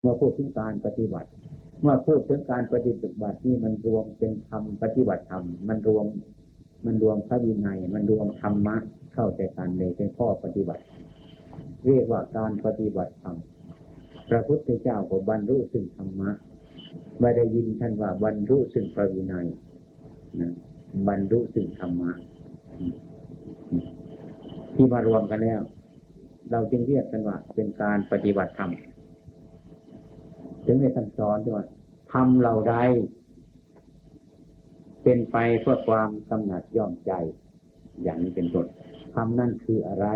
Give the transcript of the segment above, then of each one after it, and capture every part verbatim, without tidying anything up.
เมื่อพูดถึงการปฏิบัติเมื่อพูดถึงการปฏิบัตินี่มันรวมเป็นธรรมปฏิบัติธรรมมันรวมมันรวมพระวินัยมันรวมธรรมะเข้าใจกันเลยเป็นข้อปฏิบัติเรียกว่าการปฏิบัติธรรมพระพุทธเจ้าก็บรรลุซึ่งธรรมะไม่ได้ยินท่านว่าบรรลุซึ่งพระวินัยนะบรรลุซึ่งธรรมะที่มารวมกันแล้วเราจึงเรียกกันว่าเป็นการปฏิบัติธรรมถึงในท่านสอนว่าทำเราได้เป็นไปเพื่อความกำหนัดย่อมใจอย่างนี้เป็นต้นทำนั่นคืออะไร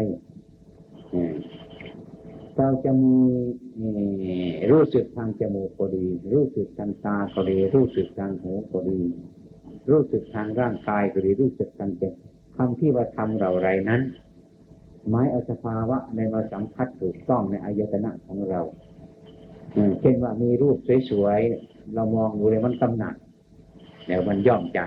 เราจะมีรู้สึกทางจมูกก็ดีรู้สึกทางตาก็ดีรู้สึกทางหูก็ดีรู้สึกทางร่างกายก็ดีรู้สึกทางใจคำที่ว่าทำเราไรนั้นหมายเอาสภาวะในมาสัมผัสถูกต้องในอายตนะของเราเช่นว่ามีรูปสวยๆเรามองดูเลยมันกำหนัดแล้วมันย่อมใจ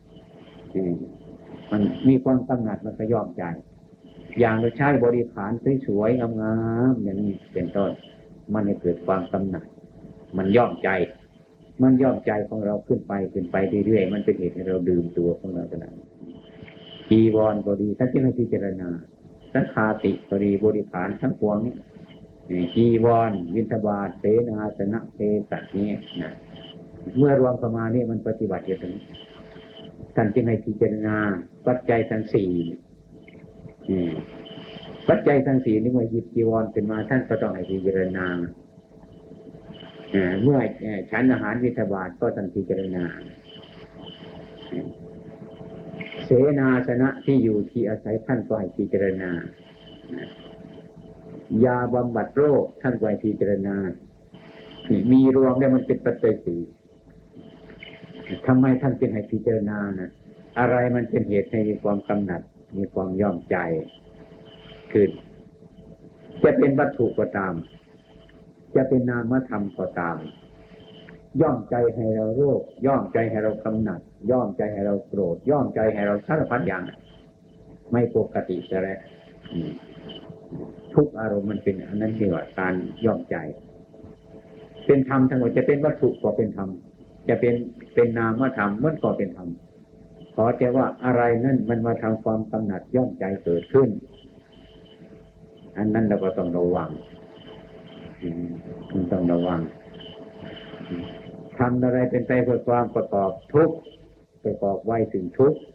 มันมีความกำหนัดมันก็ย่อมใจอย่างเราใช้บริขารสวยๆงามๆอย่างนี้เป็นต้นมันจะเกิดความกำหนัดมันย่อมใจมันย่อมใจของเราขึ้นไปขึ้นไปเรื่อยๆมันเป็นเหตุให้เราดื่มตัวของเราขนาดจีวรก็ดีท่านจึงให้พิจารณาสังฆาติก็ดีบริขารทั้งปวงนี้จีวรวินทบาทเสนาสนะเภสัชนี้นะเมื่อรวมประมาณนี้มันปฏิบัติอย่างนี้ท่านจึงให้พิจารณาปัจจัยทั้งสี่ปัจจัยทั้งสี่นี่เมื่อหยิบจีวรขึ้นมาท่านก็ต้องให้พิจารณาเมื่อฉันอาหารวินทบาทก็ต้องพิจารณาเสนาสนะที่อยู่ที่อาศัยท่านก็ให้พิจารณายาบำบัดโรคท่านก็ให้พิจารณามีรวมแล้วมันเป็นปัจจัยสี่ทำไมท่านจึงให้พิจารณานะอะไรมันเป็นเหตุให้มีความกำหนัดมีความย่อมใจขึ้นจะเป็นวัตถุก็ตามจะเป็นนามธรรมก็ตามย่อมใจให้เราโรคย่อมใจให้เรากำหนัดย่อมใจให้เราโกรธย่อมใจให้เราสารพัดอย่างไม่ปกติจะแล้วทุกอารมณ์มันเป็นอันนั้นเรียกว่าการย่อมใจเป็นธรรมทั้งหมดจะเป็นวัตถุก็เป็นธรรมจะเป็นเป็นนามธรรมมันก็เป็นธรรมขอแต่ว่าอะไรนั่นมันมาทำความกำหนัดย่อมใจเกิดขึ้นอันนั้นเราก็ต้องระวังต้องระวังทำอะไรเป็นไปเพื่อความประกอบทุกข์ประกอบไว้ถึงทุกข์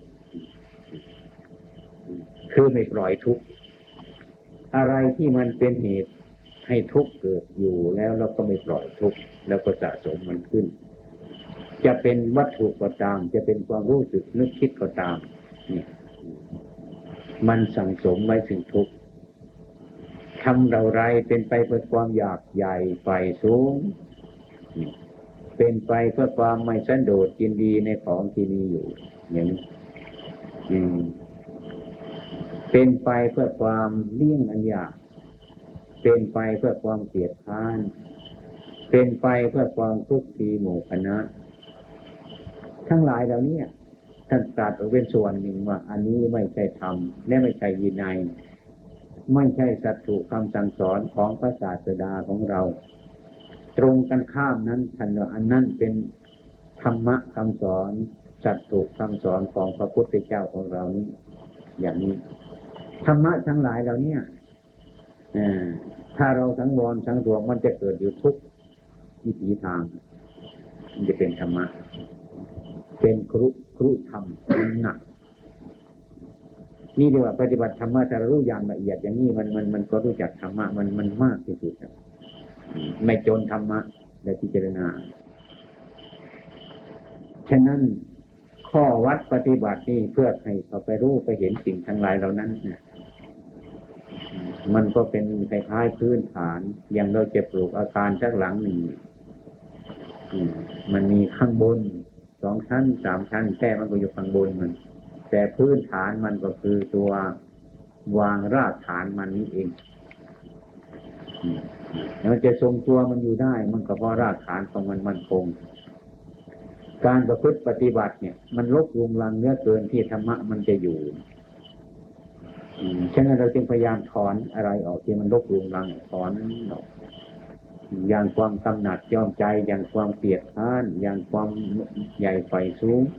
คือไม่ปล่อยทุกข์อะไรที่มันเป็นเหตุให้ทุกข์เกิดอยู่แล้วเราก็ไม่ปล่อยทุกข์แล้วก็สะสมมันขึ้นจะเป็นวัตถุก็ตามจะเป็นความรู้สึกนึกคิดก็ตามเนี่ยมันสั่งสมไว้ถึงทุกข์ทำเราไรเป็นไปเพื่อความอยากใหญ่ไฟสูงเป็นไปเพื่อความไม่สันโดษยินดีในของที่มีอยู่อย่างนี้เป็นไปเพื่อความเลี่ยงอันยากเป็นไปเพื่อความเกลียดค้านเป็นไปเพื่อความทุกข์ทีหมู่คณะทั้งหลายเหล่านี้ท่านตรัสเป็นส่วนหนึ่งว่าอันนี้ไม่ใช่ธรรมและไม่ใช่วินัยไม่ใช่สัตถุคำสั่งสอนของพระศาสดาของเราตรงกันข้ามนั้นท่านว่าอันนั้นเป็นธรรมะคำสอนสัตถุคำสอนของพระพุทธเจ้าของเรานี้อย่างนี้ธรรมะทั้งหลายเหล่านี้ถ้าเราสังวรสังรวมมันจะเกิดอยู่ทุกวิถีทางมันจะเป็นธรรมะเป็นครุครุธรรมหนักนี่เรียกว่าปฏิบัติธรรมะถ้ารู้อย่างละเอียดอย่างนี้มันมันมันก็รู้จักธรรมะมันมันมากที่สุดไม่จนธรรมะในพิจารณาฉะนั้นข้อวัดปฏิบัตินี่เพื่อให้เขาไปรู้ไปเห็นสิ่งทั้งหลายเหล่านั้นเนี่ยมันก็เป็นคล้ายๆพื้นฐานอย่างเราจะปลูกอาคารสักหลังหนึ่งมันมีข้างบนสองชั้นสามชั้นแต่มันก็อยู่ข้างบนมันแต่พื้นฐานมันก็คือตัววางรากฐานมันนี้เองแล้วจะทรงตัวมันอยู่ได้มันก็เพราะรากฐานของมันมันคงการประพฤติปฏิบัติเนี่ยมันลบรุงรังเนื้อเกินที่ธรรมะมันจะอยู่ฉะนั้นเราจึงพยายามถอนอะไรออกที่มันลบรุงรังถอนออกอย่างความกำหนัดยอมใจอย่างความเกลียดค้านอย่างความใหญ่ไฟสูง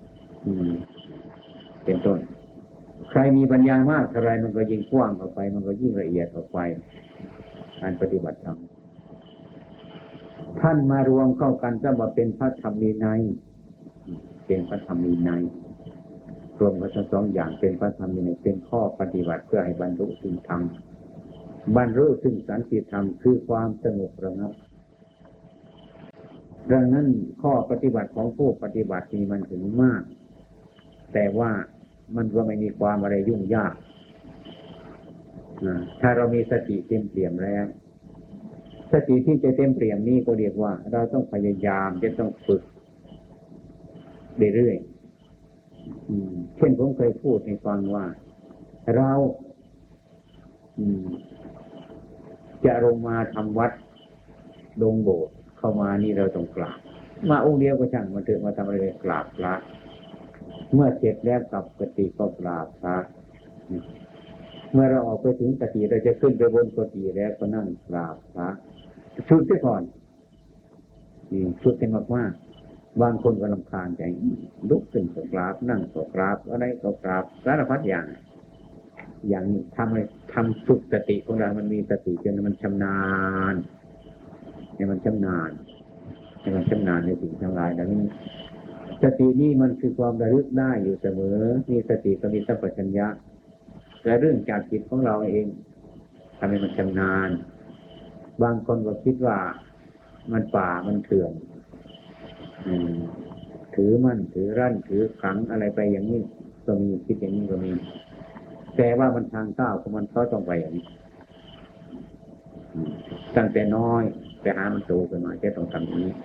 เป็นต้นใครมีปัญญามากเท่าไรมันก็ยิ่งกว้างออกไปมันก็ยิ่งละเอียดออกไปการปฏิบัติธรรมท่านมารวมเข้ากันจะมาเป็นพระธรรมวินัยเป็นพระธรรมวินัยรวมกันทั้งสองอย่างเป็นพระธรรมวินัยเป็นข้อปฏิบัติเพื่อให้บรรลุถึงธรรมบรรลุถึงสันติธรรมคือความสงบระงับดังนั้นข้อปฏิบัติของผู้ปฏิบัตินี้มันถึงมากแต่ว่ามันก็ไม่มีความอะไรยุ่งยากถ้าเรามีสติเต็มเปี่ยมแล้วสติที่จะเต็มเปี่ยมนี้ก็เรียกว่าเราต้องพยายามจะต้องฝึกเรื่อยๆเช่นผมเคยพูดให้ฟังว่าเราจะลงมาทำวัดลงโบสถ์เข้ามานี่เราต้องกราบมาองค์เดียวก็ช่างมาเถอะมาทำอะไรกราบพระเมื่อเสร็จแล้วกลับกุฏิก็กราบพระเมื่อเราออกไปถึงกุฏิเราจะขึ้นไปบนกุฏิแล้วก็นั่งกราบพระชุดที่ก่อนชุดเป็นมากๆบางคนก็รำคาญใจลุกขึ้นก็กราบนั่งก็กราบอะไรก็กราบสารพัดอย่างอย่างนี้ทำให้ทำฝึกสติของเรามันมีสติจนมันชำนาญเนี่ยมันชำนาญเนี่ยมันชำนาญในสิ่งทั้งหลายดังนี้สตินี่มันคือความระลึกได้อยู่เสมอมีสติก็มีสัมปชัญญะและเรื่องจากจิตของเราเองทำให้มันชำนาญบางคนก็คิดว่ามันป่ามันเถื่อนถือมั่นถือรั่นถือขังอะไรไปอย่างนี้ก็มีคิดอย่างนี้ก็มีแต่ว่ามันทางก้าวของมันเขาต้องไปอย่างนี้ตั้งแต่น้อยไปหามันโตขึ้นมาจะต้องทำอย่างนี้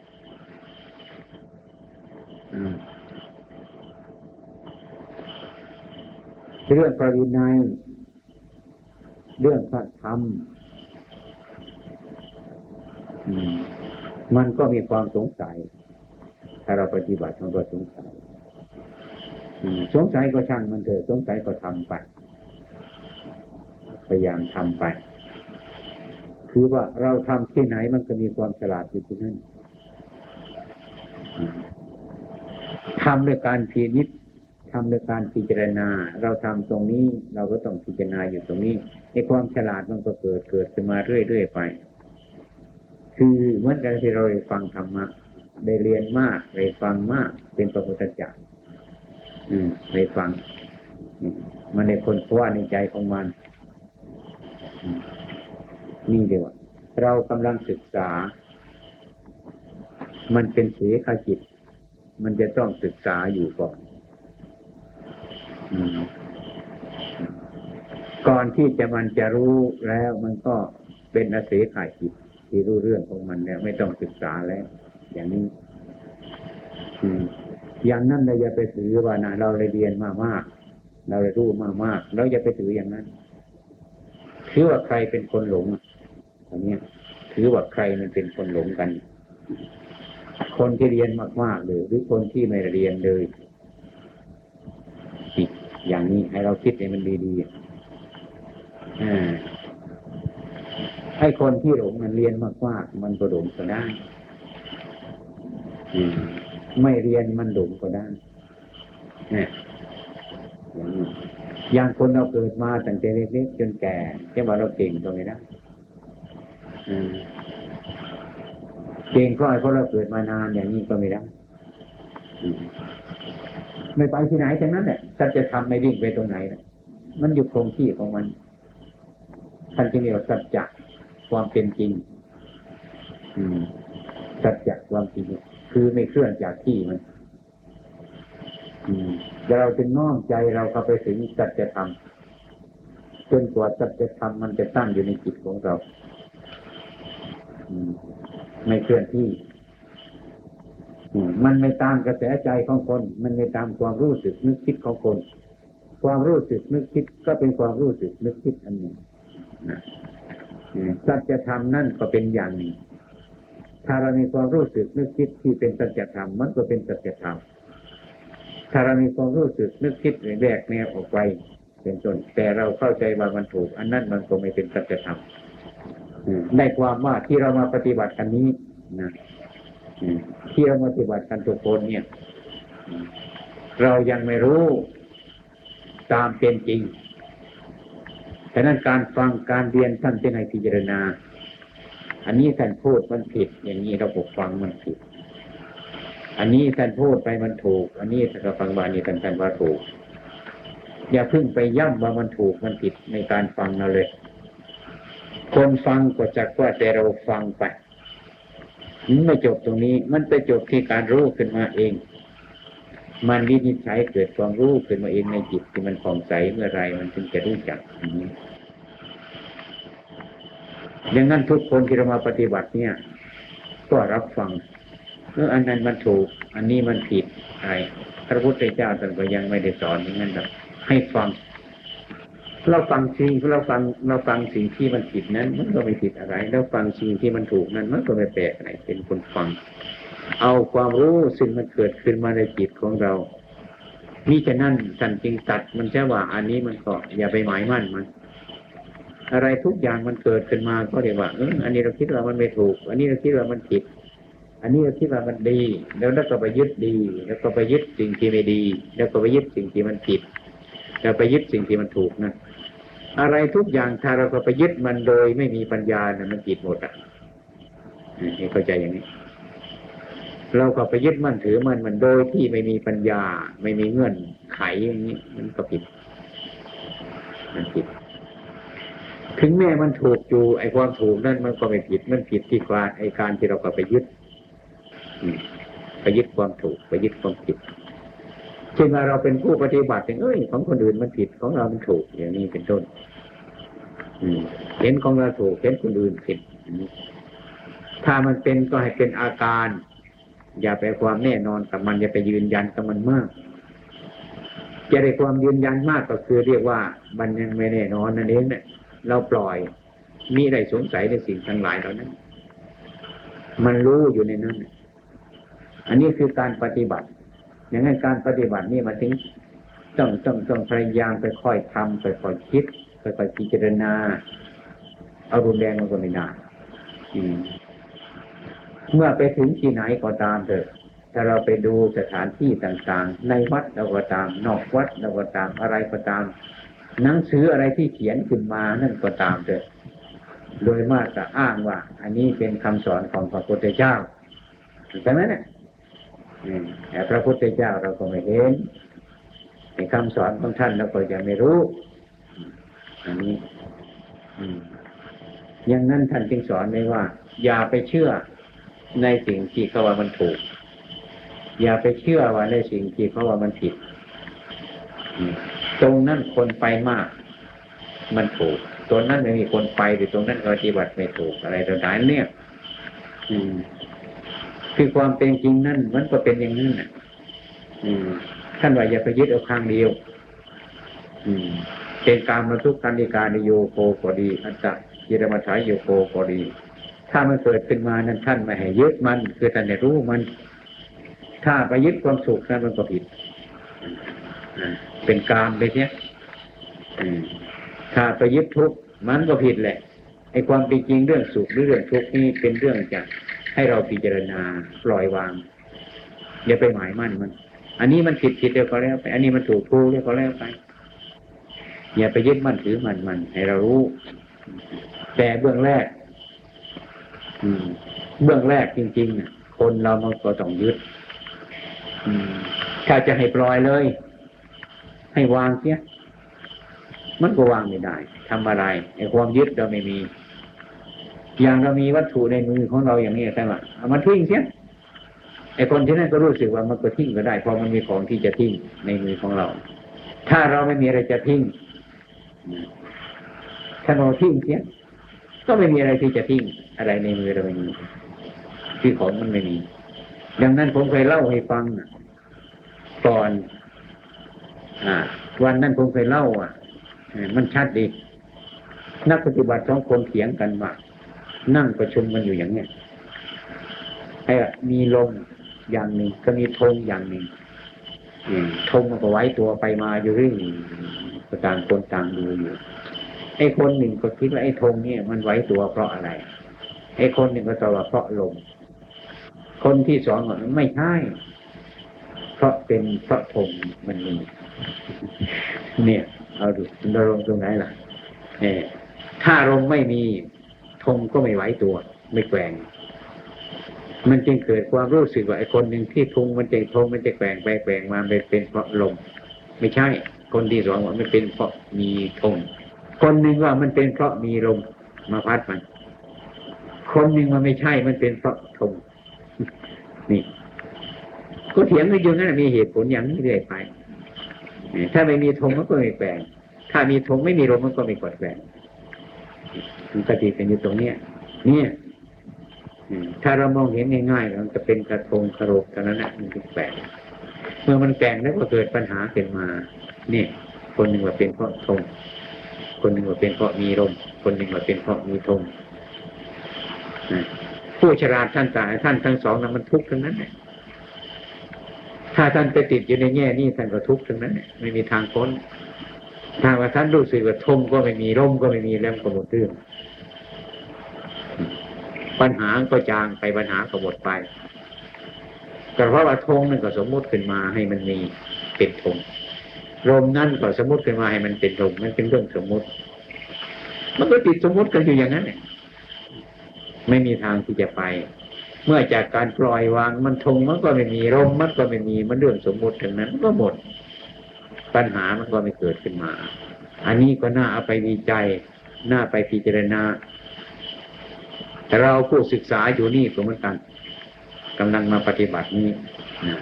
เรื่องพระวินัยเรื่องพระธรรมมันก็มีความสงสัยถ้าเราปฏิบัติมันก็สงสัยสงสัยก็ช่างมันเถอะสงสัยก็ทำไปพยายามทำไปคือว่าเราทำที่ไหนมันก็มีความฉลาดอยู่ที่นั่นทำด้วยการพินิจทำด้วยการพิจารณาเราทำตรงนี้เราก็ต้องพิจารณาอยู่ตรงนี้ในความฉลาดมันก็เกิดเกิดขึ้นมาเรื่อยๆไปคือเหมือนกันที่เราได้ฟังธรรมะได้เรียนมากได้ฟังมากเป็นพระพุทธเจ้าได้ฟังมันได้ค้นคว้าในใจของมันนี่เดียวเรากำลังศึกษามันเป็นเสขจิตมันจะต้องศึกษาอยู่ก่อนก่อนที่จะมันจะรู้แล้วมันก็เป็นอเสขจิตที่รู้เรื่องของมันแล้วไม่ต้องศึกษาแล้วอย่างนี้อย่างนั้นเราอย่าไปถือว่านะเราเรียนมามากเราได้รู้มามากเราอย่าไปถืออย่างนั้นถือว่าใครเป็นคนหลงอันนี้ถือว่าใครมันเป็นคนหลงกันคนที่เรียนมากๆเลยหรือคนที่ไม่เรียนเลยจิตอย่างนี้ให้เราคิดให้มันดีๆอ่าให้คนที่หลงมันเรียนมากๆมันก็หลงก็ได้ไม่เรียนมันหลงก็ได้เนี่ยอย่างนี้อย่างคนเราเกิดมาตั้งแต่เล็กๆจนแก่จะว่าเราเก่งตรงนี้นะเก่งก็เพราะเราเกิดมานานอย่างนี้ก็ไม่ได้ไม่ไปที่ไหนทั้งนั้นแหละท่านจะทำไม่วิ่งไปตรงไหนนะมันอยู่คงที่ของมันท่านจึงเรียกว่าสัจจะความเป็นจริงสัจจะความจริงคือไม่เคลื่อนจากที่มันเราจึงน้อมใจเราเข้าไปถึงสัจธรรมจนกว่าสัจธรรมมันจะตั้งอยู่ในจิตของเราไม่เคลื่อนที่มันไม่ตามกระแสใจของคนมันไม่ตามความรู้สึกนึกคิดของคนความรู้สึกนึกคิดก็เป็นความรู้สึกนึกคิดอันหนึ่งสัจธรรมนั่นก็เป็นอย่างหนึ่งถ้าเรามีความรู้สึกนึกคิดที่เป็นสัจธรรมมันก็เป็นสัจธรรมถ้าเรามีความรู้สึกนึกคิดแยกแนวออกไปเป็นต้นแต่เราเข้าใจว่ามันถูกอันนั้นมันก็ไม่เป็นสัจธรรมได้ความว่าที่เรามาปฏิบัติกันนี้นะที่เราปฏิบัติกันทุกคนเนี่ยเรายังไม่รู้ตามเป็นจริงฉะนั้นการฟังการเรียนท่านจะให้พิจารณาอันนี้ท่านพูดมันผิดอย่างนี้เราบอกฟังมันผิดอันนี้ท่านพูดไปมันถูกอันนี้ถ้าเราฟังว่านี่ท่านท่านว่าถูกอย่าเพิ่งไปย่ำว่ามันถูกมันผิดในการฟังเราเลยคนฟังก็จักว่าแต่เราฟังไปมันไม่จบตรงนี้มันไปจบที่การรู้ขึ้นมาเองมันวินิจฉัยเกิดความรู้ขึ้นมาเองในจิตที่มันผ่องใสเมื่อไรมันถึงจะรู้จักอย่างนี้ดังนั้นทุกคนที่เรามาปฏิบัติเนี่ยก็รับฟังเอออันนั้นมันถูกอันนี้มันผิดอะไรพระพุทธเจ้าท่านก็ยังไม่ได้สอนอย่างนั้นหรอกให้ฟังเราฟังสิ่งเราฟังเราฟังสิ่งที่มันผิดนั้นมันก็ไม่ผิดอะไรแล้วฟังสิ่งที่มันถูกนั้นมันก็ไม่แปลกอะไรเป็นคนฟังเอาความรู้ซึ่งมันเกิดขึ้นมาในจิตของเรามิฉะนั้นท่านจึงตัดมันใช่ว่าอันนี้มันก็อย่าไปหมายมั่นมันอะไรทุกอย่างมันเกิดขึ้นมาก็เรียกว่าเอออันนี้เราคิดว่ามันไม่ถูกอันนี้เราคิดว่ามันผิดอันนี้เราคิดว่ามันดีแล้วเราก็ไปยึดดีแล้วก็ไปยึดสิ่งที่ไม่ดีแล้วก็ไปยึดสิ่งที่มันผิดแล้วไปยึดสิ่งที่มันถูกนะอะไรทุกอย่างถ้าเราก็ไปยึดมันโดยไม่มีปัญญาเนี่ยมันผิดหมดอ่ะให้เข้าใจอย่างนี้เราก็ไปยึดมั่นถือมันมันโดยที่ไม่มีปัญญาไม่มีเงื่อนไขอย่างนี้มันก็ผิดมันผิดถึงแม้มันถูกอยู่ไอ้ความถูกนั่นมันก็ไม่ผิดมันผิดที่การไอ้การที่เราก็ไปยึดไปยึดความถูกไปยึดความผิดเช่นว่าเราเป็นผู้ปฏิบัติเอ้ยของคนอื่นมันผิดของเรามันถูกอย่างนี้เป็นต้นเห็นของเราถูกเห็นคนอื่นผิดถ้ามันเป็นก็ให้เป็นอาการอย่าไปความแน่นอนกับมันอย่าไปยืนยันกับมันมากจะได้ความยืนยันมากก็คือเรียกว่ามันยังไม่แน่นอนนั่นเองเนี่ยเราปล่อยมีอะไรสงสัยในสิ่งทั้งหลายเหล่านั้นมันรู้อยู่ในนั้นอันนี้คือการปฏิบัติอย่างนั้นการปฏิบัตินี่มันถึงต้องต้องต้องพยายามไปค่อยทำไปค่อยคิดไปค่อยพิจารณาเอารุนแรงมันก็ไม่ได้เมื่อไปถึงที่ไหนก็ตามเถอะถ้าเราไปดูสถานที่ต่างๆในวัดเราก็ตามนอกวัดเราก็ตามอะไรก็ตามหนังสืออะไรที่เขียนขึ้นมานั่นก็ตามเถอะโดยมากจะอ้างว่าอันนี้เป็นคำสอนของพระพุทธเจ้าใช่ไหมเนี่ยแต่พระพุทธเจ้าเราก็ไม่เห็นในคำสอนของท่านเราก็ยังไม่รู้อันนี้อย่างนั้นท่านจึงสอนไว้ว่าอย่าไปเชื่อในสิ่งที่เขาว่ามันถูกอย่าไปเชื่อว่าในสิ่งที่เขาว่ามันผิดตรงนั้นคนไปมากมันถูกตรงนั้นไม่มีคนไปหรือตรงนั้นปฏิบัติไม่ถูกอะไรต่างๆเนี่ยคือความเป็นจริงนั่นมันก็เป็นอย่างนั้นน่ะท่านว่าอย่าไปยึดเอาข้างเดียวเป็นการมาทุกขันธิกานิโยโคก็ดีอัตตะยิรมัฏฐายโยโคก็ดีถ้ามันเกิดขึ้นมานั้นท่านไม่ให้ยึดมันคือท่านให้รู้มันถ้าไปยึดความสุขนั้นมันก็ผิดเป็นกามไปเสียถ้าไปยึดทุกข์มันก็ผิดแหละไอ้ความเป็นจริงเรื่องสุขหรือเรื่องทุกข์นี่เป็นเรื่องจะให้เราพิจารณาปล่อยวางอย่าไปหมายมั่นมันอันนี้มันผิดผิดเดี๋ยวก็แล้วไปอันนี้มันถูกถูกเดี๋ยวก็แล้วไปอย่าไปยึดมั่นถือมันมันให้เรารู้แต่เบื้องแรกเบื้องแรกจริงๆน่ะคนเรามันก็ต้องยึดถ้าจะให้ปล่อยเลยให้วางเสียมันก็วางไม่ได้ทำอะไรไอ้ความยึดเราไม่มีอย่างเรามีวัตถุในมือของเราอย่างนี้ใช่ไหมเอามันทิ้งเสียไอ้คนที่นั่นก็รู้สึกว่ามันก็ทิ้งก็ได้เพราะมันมีของที่จะทิ้งในมือของเราถ้าเราไม่มีอะไรจะทิ้งถ้าเราทิ้งเสียก็ไม่มีอะไรที่จะทิ้งอะไรในมือเราไม่มีที่ของมันไม่มีดังนั้นผมเคยเล่าให้ฟังก่อนอ่าวันนั้นผมเคยเล่าอ่ะมันชัดดีนักปฏิบัติสองคนเถียงกันว่านั่งประชุมกันอยู่อย่างเนี้ยไอ้มีลมอย่างหนึ่งก็มีธงอย่างหนึ่งธงมันก็ไว้ตัวไปมาอยู่เรื่อยต่างคนต่างดูอยู่ไอ้อ้คนหนึ่งก็คิดว่าไอ้ธงเนี่ยมันไหวตัวเพราะอะไรไอ้คนหนึ่งก็ตอบว่าเพราะลมคนที่สองก็ไม่ใช่เพราะเป็นเพราะธงมันมีเนี่ยเอาดูเราลงตรงไหนล่ะเนี่ยถ้าลมไม่มีธงก็ไม่ไหวตัวไม่แกว่งมันจึงเกิดความรู้สึกว่าไอ้คนหนึ่งที่ธงมันจะธงมันจะแกว่งไปแกว่งมาเป็นเพราะลมไม่ใช่คนที่สองว่ามันเป็นเพราะมีธงคนหนึ่งว่ามันเป็นเพราะมีลมมาพัดมันคนหนึ่งว่าไม่ใช่มันเป็นเพราะธงนี่ก็เถียงกันอยู่นั่นมีเหตุผลอย่างนี้เรื่อยไปถ้าไม่มีธงมันก็ไม่แกว่งถ้ามีธงไม่มีลมมันก็ไม่กดแกว่งมันก็ตีกันอยู่ตรงเนี้ยเนี่ยถ้าเรามองเห็นง่ายๆมันจะเป็นกระทงกระโหลกเท่านั้นแหละมันแกว่งเมื่อมันแกว่งแล้วก็เกิดปัญหาขึ้นมาเนี่ยคนหนึ่งว่าเป็นเพราะธงคนหนึ่งว่าเป็นเพราะมีลมคนหนึ่งว่าเป็นเพราะมีธงผู้ฉลาดท่านตายท่านทั้งสองนั้นมันทุกข์ทั้งนั้นถ้าท่านไปติดอยู่ในแง่นี้ท่านก็ทุกข์ทั้งนั้นไม่มีทางพ้นถ้าว่าท่านรู้สึกว่าธงก็ไม่มีลมก็ไม่มีแล้วก็หมดเรื่องปัญหาก็จางไปปัญหาก็หมดไปแต่เพราะว่าธงนั่นก็สมมติขึ้นมาให้มันมีเป็นธงลมนั่นก็สมมติขึ้นมาให้มันเป็นลมมันเป็นเรื่องสมมติมันก็ติดสมมติกันอยู่อย่างนั้นเนี่ยไม่มีทางที่จะไปเมื่อจากการปล่อยวางมันธงมันก็ไม่มีลมมันก็ไม่มีมันเรื่องสมมติทั้งนั้นก็หมดปัญหามันก็ไม่เกิดขึ้นมาอันนี้ก็น่าเอาไปวิจัยน่าไปพิจารณาแต่เราผู้ศึกษาอยู่นี่ก็เหมือนกันกำลังมาปฏิบัตินี้นะ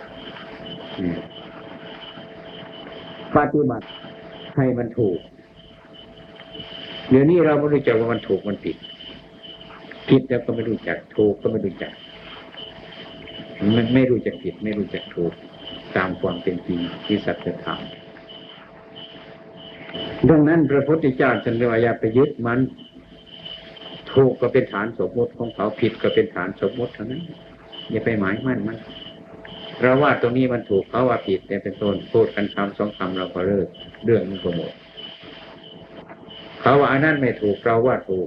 ปฏิบัติให้มันถูกเดี๋ยวนี้เราไม่รู้จักว่ามันถูกมันผิดผิดแล้วก็ไม่รู้จักถูกก็ไม่รู้จักมันไม่รู้จักผิดไม่รู้จักถูกตามความเป็นจริงที่สัจธรรมดังนั้นพระพุทธเจ้าท่านเรียกว่าอย่าไปยึดมันถูกก็เป็นฐานสมมติของเขาผิดก็เป็นฐานสมมติเท่านั้นอย่าไปหมายมั่นมันเราว่าตรงนี้มันถูกเขาว่าผิดแต่เป็นต้นพูดกันคำสองคำเราก็เลิกเรื่องมันก็หมดเขาว่าอันนั้นไม่ถูกเราว่าถูก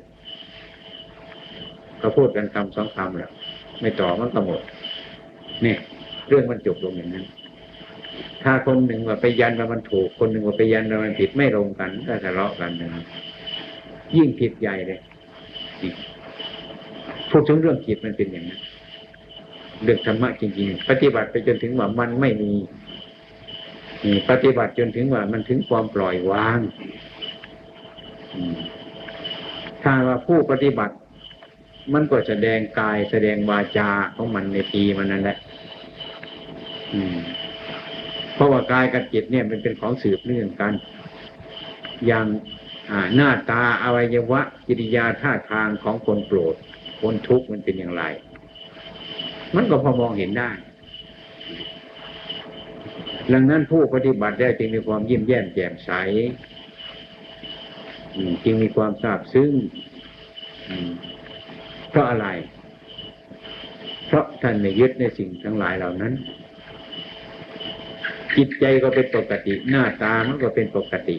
เขาพูดกันคำสองคำแล้วไม่ต่อมันก็หมดเนี่ยเรื่องมันจบลงอย่างนั้นถ้าคนหนึ่งว่าไปยันว่ามันถูกคนหนึ่งว่าไปยันว่ามันผิดไม่ลงกันก็ทะเลาะกันนะยิ่งผิดใหญ่เลยพูดถึงเรื่องผิดมันเป็นอย่างนั้นเรื่องธรรมะจริงๆปฏิบัติไปจนถึงว่ามันไม่มีปฏิบัติจนถึงว่ามันถึงความปล่อยวางถ้าว่าผู้ปฏิบัติมันก็แสดงกายแสดงวาจาของมันในทีมันนั่นแหละเพราะว่ากายกับจิตเนี่ยมันเป็นของสืบเนื่องกันอย่างหน้าตาอวัยวะกิริยาท่าทางของคนโกรธคนทุกข์มันเป็นอย่างไรมันก็พอมองเห็นได้ดังนั้นผู้ปฏิบัติได้จึงมีความยิ้มแย้มแจ่มใสจึงมีความซาบซึ้งเพราะอะไรเพราะท่านไม่ยึดในสิ่งทั้งหลายเหล่านั้นจิตใจก็เป็นปกติหน้าตามันก็เป็นปกติ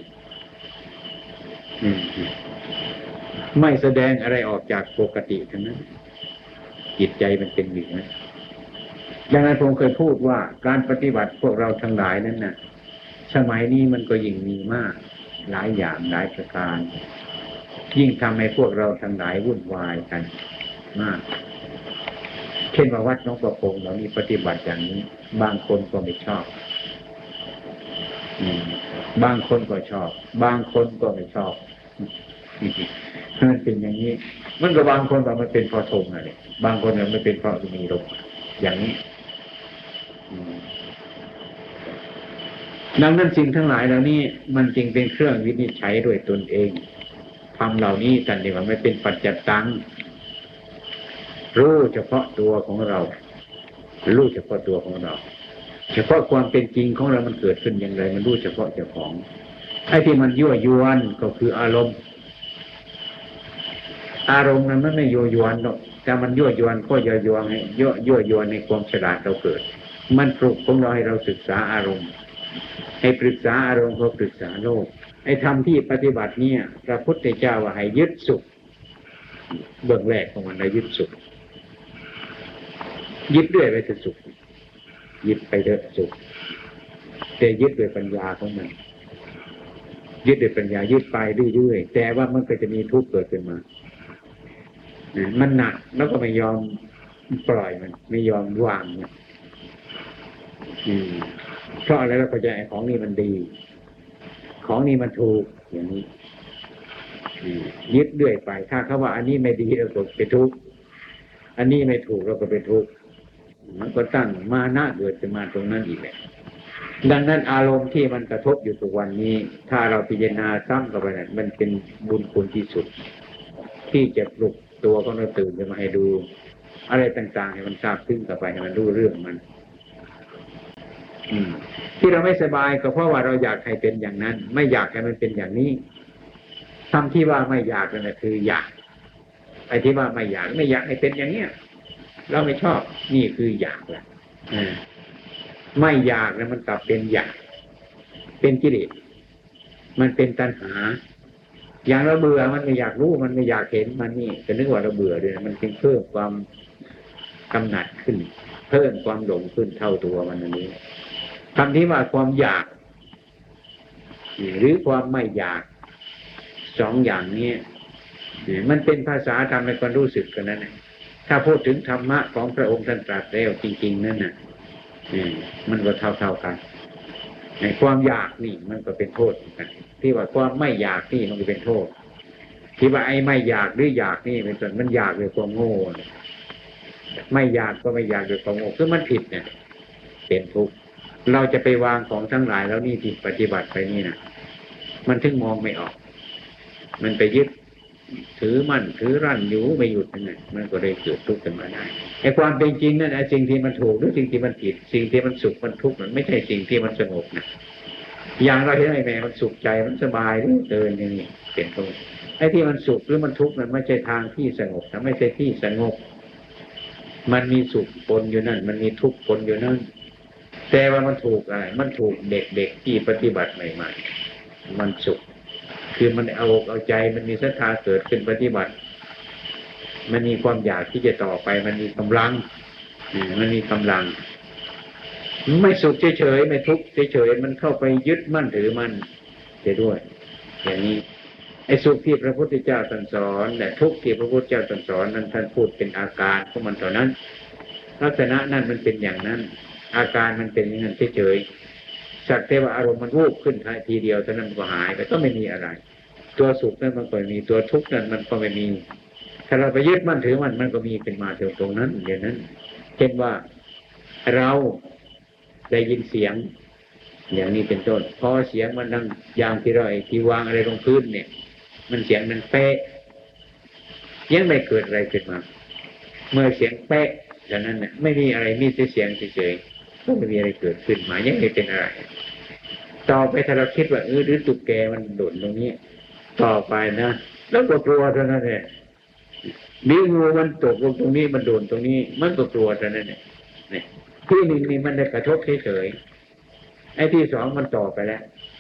ไม่แสดงอะไรออกจากปกติทั้งนั้นจิตใจมันเป็นอย่างนั้นดังนั้นผมเคยพูดว่าการปฏิบัติพวกเราทั้งหลายนั้นน่ะสมัยนี้มันก็ยิ่งมีมากหลายอย่างหลายประการยิ่งทำให้พวกเราทั้งหลายวุ่นวายกันมากเช่นว่าวัดน้องประพงเรามีปฏิบัติอย่างนี้บางคนก็ไม่ชอบบางคนก็ชอบบางคนก็ไม่ชอบมันเป็นอย่างนี้มันก็บางคนว่ามันเป็นเพราะธงอะไรบางคนว่ามันเป็นเพราะมีลมอย่างนี้ดังนั้นสิ่งทั้งหลายเหล่านี้มันจึงเป็นเครื่องวินิจฉัยด้วยตนเองทำเหล่านี้ท่านเรียกว่าไม่เป็นปัจจัตตังรู้เฉพาะตัวของเรารู้เฉพาะตัวของเราเฉพาะความเป็นจริงของเรามันเกิดขึ้นอย่างไรมันรู้เฉพาะเจ้าของไอ้ที่มันยั่วยวนก็คืออารมณ์อารมณ์นั้นมันไม่ยั่วยวนหรอกแต่มันยั่วยวนก็ยั่วยวนให้ยั่วยั่วยวนในความฉลาดเราเกิดมันปลุกของเราให้เราศึกษาอารมณ์ให้ปรึกษาอารมณ์ก็ปรึกษาโลกไอ้ธรรมที่ปฏิบัติเนี่ยพระพุทธเจ้าว่าให้ยึดสุขเบื้องแรกของมันให้ยึดสุขยึดด้วยไปถึงสุขยึดไปเถอะสุขแต่ยึดด้วยปัญญาของมันยึดด้วยปัญญายึดไปเรื่อยๆแต่ว่ามันก็จะมีทุกข์เกิดขึ้นมามันหนักแล้วก็ไม่ยอมปล่อยมันไม่ยอมวางมันเพราะอะไรเราก็จะไอ้ของนี้มันดีของนี้มันถูกอย่างนี้ยึดเรื่อยไปถ้าเขาว่าอันนี้ไม่ดีเราก็เป็นทุกข์อันนี้ไม่ถูกเราก็เป็นทุกข์มันก็ตั้งมานะเกิดขึ้นมาตรงนั้นอีกแหละดังนั้นอารมณ์ที่มันกระทบอยู่ทุกวันนี้ถ้าเราพิจารณาซ้ำกับไปนั้นมันเป็นบุญคุณที่สุดที่จะปลุกตัวของเราตื่นขึ้นมาให้ดูอะไรต่างๆให้มันทราบซึ้งกับไปให้มันรู้เรื่องมันที่เราไม่สบายก็เพราะว่าเราอยากให้เป็นอย่างนั้นไม่อยากให้มันเป็นอย่างนี้ทำที่ว่าไม่อยากนั่นแหละคืออยากไอ้ที่ว่าไม่อยากไม่อยากให้เป็นอย่างเนี้ยเราไม่ชอบนี่คืออยากแหละไม่อยากแล้วมันกลับเป็นอยากเป็นกิเลสมันเป็นตัณหาอย่างเราเบื่อมันไม่อยากรู้มันไม่อยากเห็นมันนี่จะนึกว่าเราเบื่อเลยมันจึงเพิ่มความกำหนัดขึ้นเพิ่มความหลงขึ้นเท่าตัวมันอันนี้คำที่ว่าความอยากหรือความไม่อยากสองอย่างนี้มันเป็นภาษาทำให้คนรู้สึกกันนั่นแหละถ้าพูดถึงธรรมะของพระองค์ท่านตรัสแล้วจริงๆนั่นน่ะมันก็เท่าๆกันในความอยากนี่มันก็เป็นโทษกันที่ว่าความไม่อยากนี่มันก็เป็นโทษที่ว่าไอ้ไม่อยากหรืออยากนี่เป็นส่วนมันอยากด้วยความโง่ไม่อยากก็ไม่อยากด้วยความโง่คือมันผิดเนี่ยเป็นทุกข์เราจะไปวางของทั้งหลายแล้วนี่ที่ปฏิบัติไปนี่นะมันถึงมองไม่ออกมันไปยึดถือมั่นถือรั้นอยู่ไม่หยุดนั่นแหละมันก็ได้เกิดทุกข์ขึ้นมาได้ไอ้ความเป็นจริงนั่นไอ้สิ่งที่มันถูกหรือสิ่งที่มันผิดสิ่งที่มันสุขมันทุกข์มันไม่ใช่สิ่งที่มันสงบนะอย่างเราเห็นไอ้แม่มันสุขใจมันสบายเดินอย่างนี้เป็นต้นไอ้ที่มันสุขหรือมันทุกข์มันไม่ใช่ทางที่สงบนะไม่ใช่ที่สงบมันมีสุขปนอยู่นั่นมันมีทุกข์ปนอยู่นั่นแต่ว่ามันถูกอะไรมันถูกเด็กๆที่ปฏิบัติใหม่ๆมันสุขคือมันเอาเอาใจมันมีศรัทธาเกิดขึ้นปฏิบัติมันมีความอยากที่จะต่อไปมันมีกำลังมันมีกำลังไม่สุขเฉยๆไม่ทุกข์เฉยๆมันเข้าไปยึดมั่นถือมั่นเสียด้วยอย่างนี้ไอ้สุขที่พระพุทธเจ้าตรัสสอนและทุกข์ที่พระพุทธเจ้าตรัสสอนนั้นท่านพูดเป็นอาการของมันเท่านั้นลักษณะนั้นมันเป็นอย่างนั้นอาการมันเป็นอย่างนั้นเฉยๆสักแต่ว่าอารมณ์มันวูบขึ้นทีเดียวเท่านั้นก็หายไปก็ไม่มีอะไรตัวสุขนั้นมันก็ไม่มีตัวทุกข์นั้นมันก็ไม่มีถ้าเราไปยึดมั่นถือมันมันก็มีเป็นมาตรงนั้นอย่างนั้นเช่นว่าเราได้ยินเสียงอย่างนี้เป็นต้นพอเสียงมันดังอย่างที่เราไอ้ที่วางอะไรลงพื้นเนี่ยมันเสียงมันเป๊ะยังไม่เกิดอะไรขึ้นมาเมื่อเสียงเป๊ะดังนั้นเนี่ยไม่มีอะไรมีแต่เสียงเฉยๆก็ไม่มีอะไรเกิดขึ้นมายังไม่เป็นอะไรต่อไปถ้าเราคิดว่าเออหรือตุ๊กแกมันโดดตรงนี้ต่อไปนะแล้วก็กลัวเท่านั้นแหละมีงูมันตกลงตรงนี้มันโดนตรงนี้มันก็กลัวเท่านั้นเนี่ยเนี่ยที่หนึ่งนี่มันได้กระทบเฉยๆไอ้ที่สองมันต่อไปแล้ว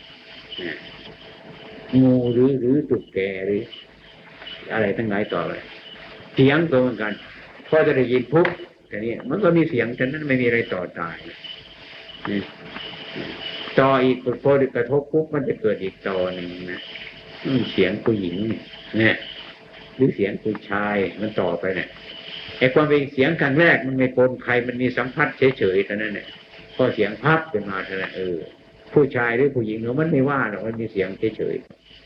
งูหรือหรือตุ๊กแกหรืออะไรทั้งหลายต่อไปเสียงก็เหมือนกันพอจะได้ยินปุ๊บแต่นี้มันก็มีเสียงฉะนั้นไม่มีอะไรต่อตายนี่ต่ออีกพอกระทบปุ๊บมันจะเกิดอีกต่อหนึ่งนะเสียงผู้หญิงเนี่ยหรือเสียงผู้ชายมันต่อไปเนี่ยไอ้ความเป็นเสียงครั้งแรกมันไม่ปนใครมันมีสัมผัสเฉยๆเท่านั้นเนี่ยพอเสียงพับขึ้นมาเท่านั้นเออผู้ชายหรือผู้หญิงเนาะมันไม่ว่าหรอกมันมีเสียงเฉย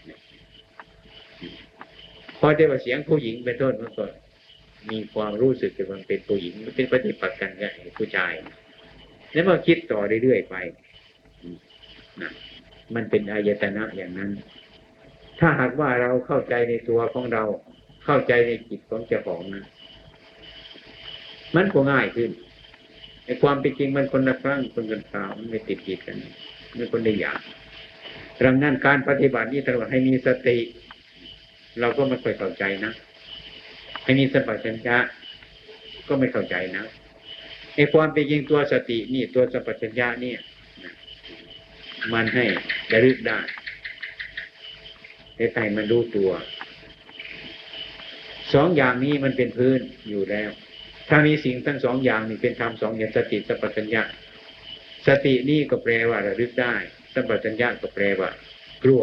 ๆพอได้ว่าเสียงผู้หญิงเป็นต้นมันก็มีความรู้สึกว่ามันเป็นผู้หญิงมันเป็นปฏิปักษ์กันกับผู้ชายแล้วมันคิดต่อเรื่อยๆไปนะมันเป็นอายตนะอย่างนั้นถ้าหากว่าเราเข้าใจในตัวของเราเข้าใจในจิตของเจ้าของนั้นมันก็ง่ายขึ้นในความเป็นจริงมันคนละครั้งคนละคราวมันไม่ติดติดกันไม่คนละอย่างดังนั้นการปฏิบัตินี้ตลอดให้มีสติเราก็ไม่ค่อยเข้าใจนะให้มีสัมปชัญญะก็ไม่เข้าใจนะในความเป็นจริงตัวสตินี่ตัวสัมปชัญญะนี่มันให้ระลึกได้แต่ใจมันรู้ตัวสองอย่างนี้มันเป็นพื้นอยู่แล้วถ้ามีสิ่งทั้งสองอย่างนี่เป็นธรรมสองอย่างสติสัมปชัญญะสตินี่ก็แปลว่าระลึกได้สัมปชัญญะก็แปลว่ากลัว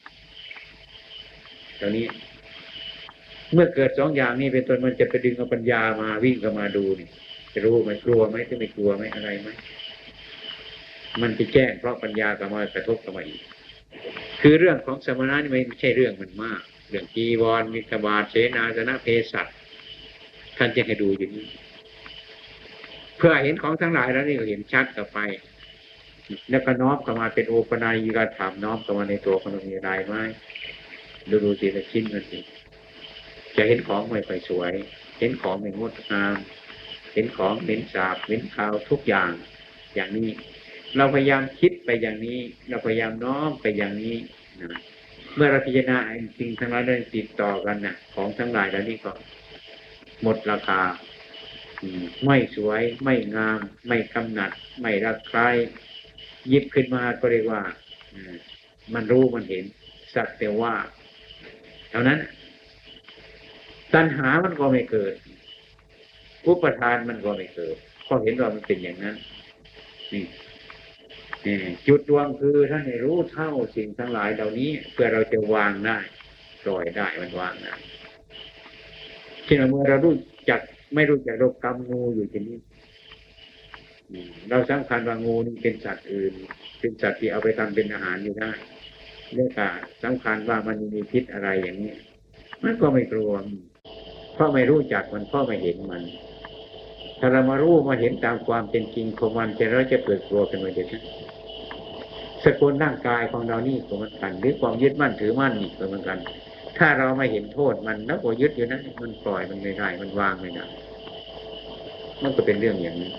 ตอนนี้เมื่อเกิดสองอย่างนี้เป็นต้นมันจะไปดึงเอาปัญญามาวิ่งเข้ามาดูนี่จะรู้ไหมกลัวไหมจะไม่กลัวไหมอะไรไหมมันไปแจ้งเพราะปัญญากมากระทบเข้ามาอีกคือเรื่องของสมณะนี่ไม่ใช่เรื่องมันมากเรื่องจีวรมิขบาทเสนาสนะเภสัชท่านจะให้ดูอย่างนี้เพื่อเห็นของทั้งหลายแล้วนี่ก็เห็นชัดต่อไปแล้วก็น้อมเข้ามาเป็นโอปนายิกธรรมน้อมเข้ามาในตัวของเรามีอะไรไหมดูดูสิละชิ้นกันสิจะเห็นของไม่ค่อยสวยเห็นของไม่งดงามเห็นของเหม็นสาบเหม็นคาวทุกอย่างอย่างนี้เราพยายามคิดไปอย่างนี้เราพยายามน้อมไปอย่างนี้นะเมื่อเราพิจารณาสิ่งทั้งหลายได้ติดต่อกันนะของทั้งหลายแล้วนี่ก็หมดราคาไม่สวยไม่งามไม่กำหนัดไม่รักใคร่หยิบขึ้นมาก็เรียกว่ามันรู้มันเห็นสักแต่ว่าเท่านั้นตัณหามันก็ไม่เกิดอุปทานมันก็ไม่เกิดเพราะเห็นว่ามันเป็นอย่างนั้นนี่จุดดวงคือท่านให้รู้เท่าสิ่งทั้งหลายเหล่านี้เพื่อเราจะวางได้ปล่อยได้มันวางได้เช่นเมื่อเรารู้จักไม่รู้จักโรคกรรมงูอยู่ที่นี่เราสำคัญว่างูนี่เป็นสัตว์อื่นเป็นสัตว์ที่เอาไปทำเป็นอาหารอยู่ได้เรื่องการสำคัญว่ามันมีพิษอะไรอย่างนี้มันก็ไม่กลัวเพราะไม่รู้จักมันเพราะไม่เห็นมันถ้าเรามารู้มาเห็นตามความเป็นจริงของมันจะเราจะเกิดกลัวกันมาเด็ดนะสกุลร่างกายของเรานี่ก็เหมือนกันหรือความยึดมั่นถือมั่นนี่ก็เหมือนกันถ้าเราไม่เห็นโทษมันแล้วก็ยึดอยู่นั้นมันปล่อยมันไม่ได้มันวางไม่ได้มันก็เป็นเรื่องอย่างนี้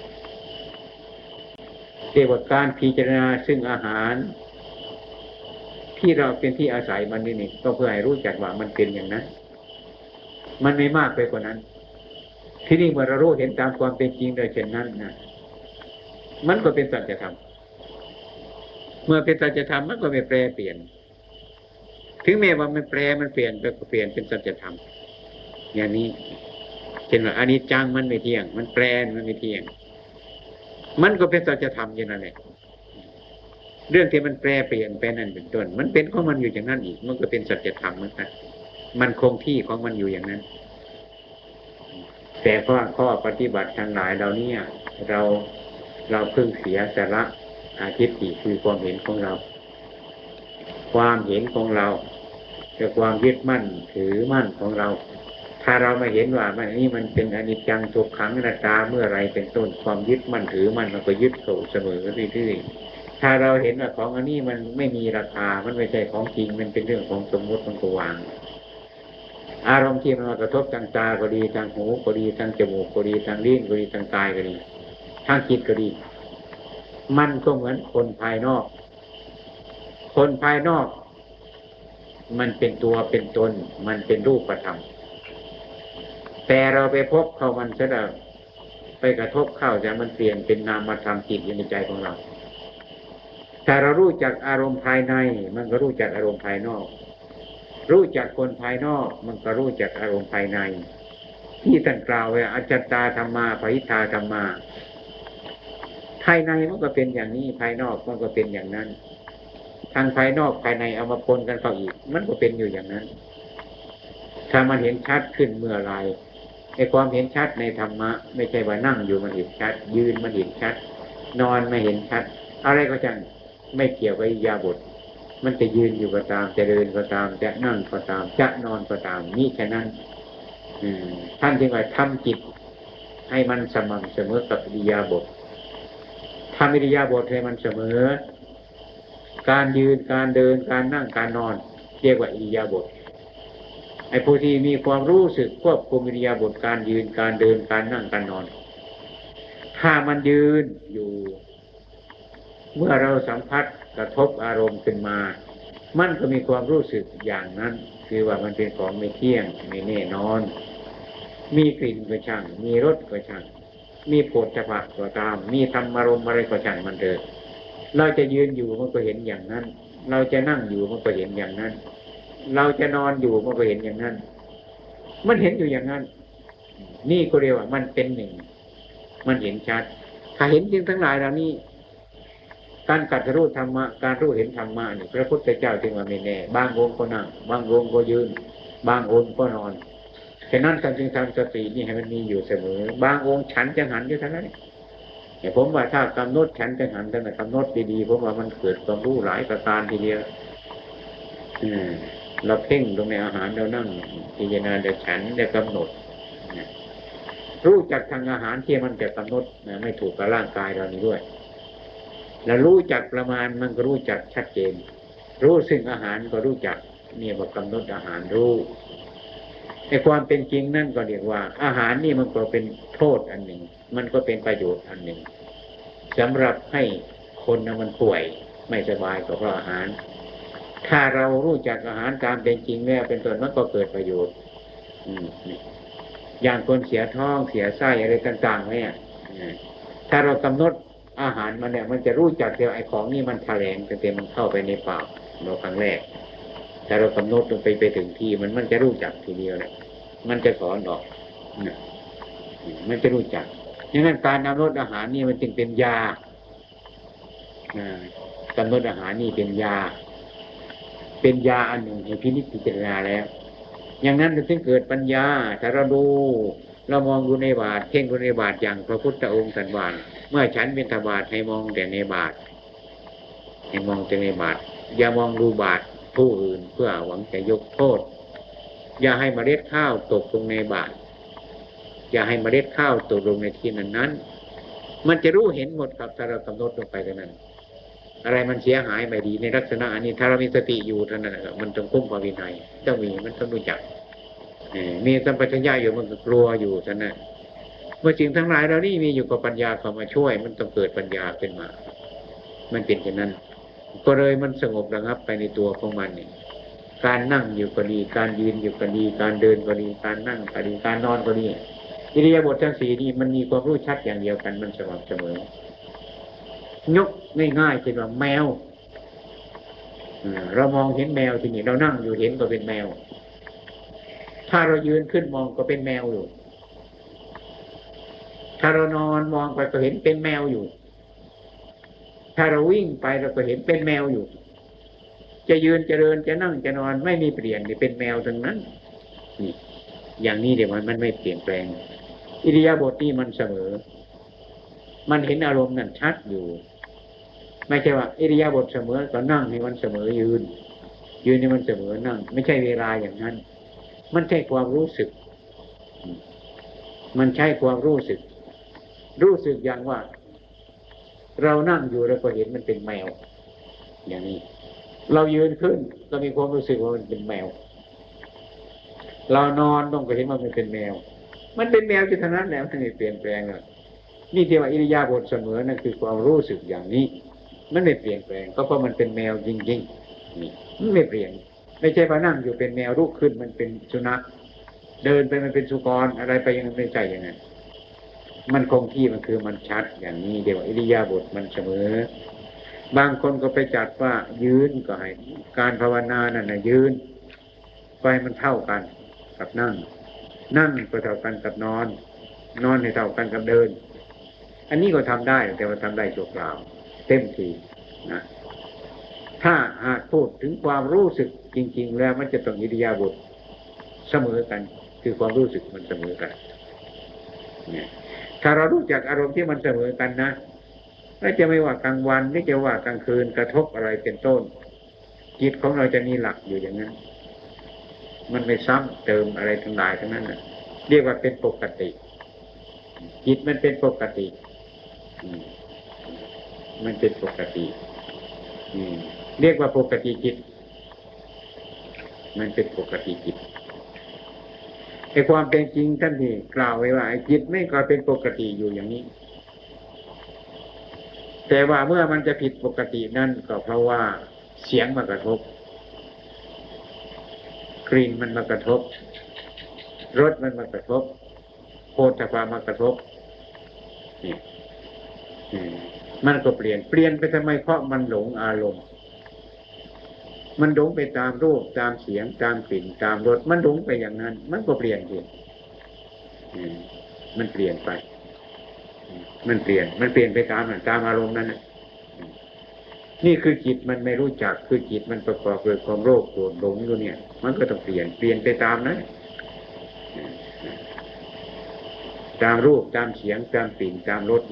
เกี่ยวกับการพิจารณาซึ่งอาหารที่เราเป็นที่อาศัยมันนี่นี่ก็เพื่อให้รู้จักว่ามันเป็นอย่างนั้นมันไม่มากไปกว่านั้นที่นี่เมื่อเรารู้เห็นตามความเป็นจริงโดยเช่นนั้นนะมันก็เป็นสัจธรรมเมื่อเป็นสัจธรรมมันก็ไม่แปรเปลี่ยนถึงแม้ว่ามันแปรมันเปลี่ยนก็เปลี่ยนเป็นสัจธรรมอย่างนี้เช่นว่าอนิจจังมันไม่เที่ยงมันแปรมันไม่เที่ยงมันก็เป็นสัจธรรมอย่างนั้นแหละเรื่องที่มันแปรเปลี่ยนไปนั่นเป็นต้นมันเป็นของมันอยู่อย่างนั้นอีกมันก็เป็นสัจธรรมเหมือนกันมันคงที่ของมันอยู่อย่างนั้นแต่เพราะข้อปฏิบัติทั้งหลายเราเนี่ยเราเราเพิ่งเสียสละอาทิตย์คือความเห็นของเราความเห็นของเราแต่ความยึดมั่นถือมั่นของเราถ้าเราไม่เห็นว่ามันนี่มันเป็นอนิจจังทุกขังอนัตตาเมื่อไรเป็นต้นความยึดมั่นถือมั่นมันก็ยึดเข้าเสมอเรื่อยๆถ้าเราเห็นว่าของอันนี้มันไม่มีราคามันไม่ใช่ของจริงมันเป็นเรื่องของสมมติมันก็วางอารมณ์ที่มันกระทบทางตาก็ดีทางหูก็ดีทางจมูกก็ดีทางลิ้นก็ดีทางกายก็ดีทางจิตก็ดีมันก็เหมือนคนภายนอกคนภายนอกมันเป็นตัวเป็นตนมันเป็นรูปธรรมแต่เราไปพบเข้ามันซะแล้วไปกระทบเข้าจะมันเปลี่ยนเป็นนามธรรมจิตอยู่ในใจของเราแต่เรารู้จักอารมณ์ภายในมันก็รู้จักอารมณ์ภายนอกรู้จักคนภายนอกมันก็รู้จักอารมณ์ภายในที่ท่านกล่าวไว้อจจัตตาธรรมาปหิทธาธรรมาภายในมันก็เป็นอย่างนี้ภายนอกมันก็เป็นอย่างนั้นทางภายนอกภายในเอามาปนกันเข้าอีกมันก็เป็นอยู่อย่างนั้นถ้ามันเห็นชัดขึ้นเมื่อไรไอ้ความเห็นชัดในธรรมะไม่ใช่ว่านั่งอยู่มันเห็นชัดยืนมันเห็นชัดนอนไม่เห็นชัดอะไรก็จังไม่เกี่ยวกับอิริยาบถมันจะยืนอยู่ก็ตามจะเดินก็ตามจะนั่งก็ตามจะนอนก็ตามนี่แค่นั้นท่านจึงว่าทำจิตให้มันสม่ำเสมอกับอิริยาบถทำอิริยาบถให้มันเสมอการยืนการเดินการนั่งการนอนเรียกว่าอิริยาบถไอ้ผู้ที่มีความรู้สึกควบคุมอิริยาบถการยืนการเดินการนั่งการนอนถ้ามันยืนอยู่เมื่อเราสัมผัสกระทบอารมณ์ขึ้นมามันก็มีความรู้สึกอย่างนั้นคือว่ามันเป็นของไม่เที่ยงไม่แน่นอนมีกลิ่นก็ช่างมีรสก็ช่างมีโผฏฐัพพะก็ตามมีธรรมารมณ์อะไรก็ช่างมันเถิดเราจะยืนอยู่มันก็เห็นอย่างนั้นเราจะนั่งอยู่มันก็เห็นอย่างนั้นเราจะนอนอยู่มันก็เห็นอย่างนั้นมันเห็นอยู่อย่างนั้นนี่ก็เรียกว่ามันเป็นหนึ่งมันเห็นชัดถ้าเห็นจริงทั้งหลายเหล่านี้การกัดรู้ธรรมะการรู้เห็นธรรมะนี่พระพุทธเจ้าจึงว่าไม่แน่บางองค์ก็นั่งบางองค์ก็ยืนบางองค์ก็นอนฉะนั้นการจึงทำสตินี่ให้มันมีอยู่เสมอบางองค์ฉันจังหันอยู่เท่านั้นเนี่ยผมว่าถ้ากำหนดฉันจังหันท่านกำหนดดีๆผมว่ามันเกิดความรู้หลายประการทีเดียวอืมเราเพ่งลงในอาหารเรานั่งพิจารณาเดี๋ยวฉันเดี๋ยวกำหนดรู้จักทางอาหารที่มันจะกำหนดนะไม่ถูกกับร่างกายเรานี่ด้วยแล้วรู้จักประมาณมันก็รู้จักชัดเจนรู้ซึ่งอาหารก็รู้จักเนี่ยว่ากำหนดอาหารรู้ในความเป็นจริงนั่นก็เรียกว่าอาหารนี่มันก็เป็นโทษอันหนึ่งมันก็เป็นประโยชน์อันหนึ่งสำหรับให้คนนะมันป่วยไม่สบายก็เพราะอาหารถ้าเรารู้จักอาหารตามเป็นจริงแล้วเป็นต้นมันก็เกิดประโยชน์อืมอย่างคนเสียท้องเสียไส้อะไรต่างๆเนี่ยถ้าเรากำหนดอาหารมันเนี่ยมันจะรู้จักเดียวไอ้ของนี่มันแถลงแต่เต็มมันเข้าไปในปากเราครั้งแรกถ้าเรากำหนดลงไปไปถึงที่มันมันจะรู้จักทีเดียวเนี่ยมันจะสอนออกมันจะรู้จักดังนั้นการกำหนดอาหารนี่มันจึงเป็นยากำหนดอาหารนี่เป็นยาเป็นยาอันหนึ่งให้พินิจพิจารณาแล้วอย่างนั้นถึงเกิดปัญญาถ้าเราดูเรามองดูในบาตรเพ่งดูในบาตรอย่างพระพุทธองค์สันวานเมื่อฉันเป็นทบาทให้มองแต่ในบาตรให้มองแต่ในบาตรอย่ามองดูบาตรผู้อื่นเพื่อหวังจะยกโทษอย่าให้เมล็ดข้าวตกลงในบาตรอย่าให้เมล็ดข้าวตกลงในที่นั้นนั้นมันจะรู้เห็นหมดครับถ้าเรากำหนดลงไปเท่านั้นอะไรมันเสียหายไม่ดีในลักษณะอันนี้ถ้าเรามีสติอยู่เท่านั้นนะครับมันต้องคุ้มความวินัยต้องมีมันต้องรู้จักมีสัมปชัญญะอยู่มันก็กลัวอยู่เท่านั้นเมื่อสิ่งทั้งหลายเรานี่มีอยู่กับปัญญาเข้ามาช่วยมันต้องเกิดปัญญาขึ้นมามันเป็นเช่นนั้นก็เลยมันสงบระงับไปในตัวของมันนี่การนั่งอยู่ก็ดีการยืนอยู่ก็ดีการเดินก็ดีการนั่งก็ดีการนอนก็ดีอิริยาบถทั้งสี่นี่มันมีความรู้ชัดอย่างเดียวกันมันสม่ำเสมอยกง่ายๆเช่นว่าแมวเรามองเห็นแมวที่นี่เรานั่งอยู่เห็นก็เป็นแมวถ้าเรายืนขึ้นมองก็เป็นแมวอยู่ถ้าเรานอนมองไปก็เห็นเป็นแมวอยู่ถ้าเราวิ่งไปเราก็เห็นเป็นแมวอยู่จะยืนจะเดินจะนั่งจะนอนไม่มีเปลี่ยนนี่เป็นแมวทั้งนั้นนี่อย่างนี้เดี๋ยวมันมันไม่เปลี่ยนแปลงอิริยาบถนี่มันเสมอมันเห็นอารมณ์นั่นชัดอยู่ไม่ใช่ว่าอิริยาบถเสมอก็นั่งให้มันเสมอยืนยืนให้มันเสมอนั่งไม่ใช่เวลาอย่างนั้นมันใช่ความรู้สึกมันใช่ความรู้สึกรู้สึกอย่างว่าเรานั่งอยู่เราก็เห็นมันเป็นแมวอย่างนี้เรายืนขึ้นก็มีความรู้สึกว่ามันเป็นแมวเรานอนต้องก็เห็นว่ามันเป็นแมวมันเป็นแมวอยู่เท่านั้นแหละมันไม่เปลี่ยนแปลงอ่ะนี่ที่ว่าอิริยาบถเสมอนั่นคือความรู้สึกอย่างนี้มันไม่เปลี่ยนแปลงก็เพราะมันเป็นแมวจริงๆนี่มันไม่เปลี่ยนไม่ใช่ว่านั่งอยู่เป็นแมวลุกขึ้นมันเป็นสุนัขเดินไปมันเป็นสุกรอะไรไปยังไม่ใช่อย่างนั้นมันคงที่มันคือมันชัดอย่างนี้เดี๋ยวอิริยาบถมันเสมอบางคนก็ไปจัดว่ายืนก็ให้การภาวนานั่นนะยืนไปมันเท่ากันกับนั่งนั่งก็เท่ากันกับนอนนอนให้เท่ากันกับเดินอันนี้ก็ทำได้แต่ว่าทำได้ชั่วคราวเต็มทีนะถ้าหากพูดถึงความรู้สึกจริงๆแล้วมันจะต้องอิริยาบถเสมอกันคือความรู้สึกมันเสมอกันเนี่ยถ้าเรารู้จักอารมณ์ที่มันเสมอกันนะไม่จะไม่ว่ากลางวันไม่จะว่ากลางคืนกระทบอะไรเป็นต้นจิตของเราจะมีหลักอยู่อย่างนั้นมันไม่ซ้ำเติมอะไรทั้งหลายทั้งนั้นนะเรียกว่าเป็นปกติจิตมันเป็นปกติมันเป็นปกติเรียกว่าปกติจิตมันเป็นปกติจิตไอ้ความเป็นจริงท่านที่กล่าวไว้ว่าไอ้จิตไม่ก็เป็นปกติอยู่อย่างนี้แต่ว่าเมื่อมันจะผิดปกตินั่นก็เพราะว่าเสียงมากระทบกลิ่นมันมากระทบรสมันมากระทบโผฏฐัพพะมากระทบนี่มันก็เปลี่ยนเปลี่ยนไปทำไมเพราะมันหลงอารมณ์มันหลงไปตามรูปตามเสียงตามกลิ่นตามรสมันหลงไปอย่างนั้นมันก็เปลี่ยนเองมันเปลี่ยนไปมันเปลี่ยนมันเปลี่ยนไปตามตามอารมณ์นั้นนี่คือจิตมันไม่รู้จักคือจิตมันประกอบด้วยความโลภโกรธหลงอยู่เนี่ยมันก็ต้องเปลี่ยนเปลี่ยนไปตามนั้นตามรูปตามเสียงตามกลิ่นตามรส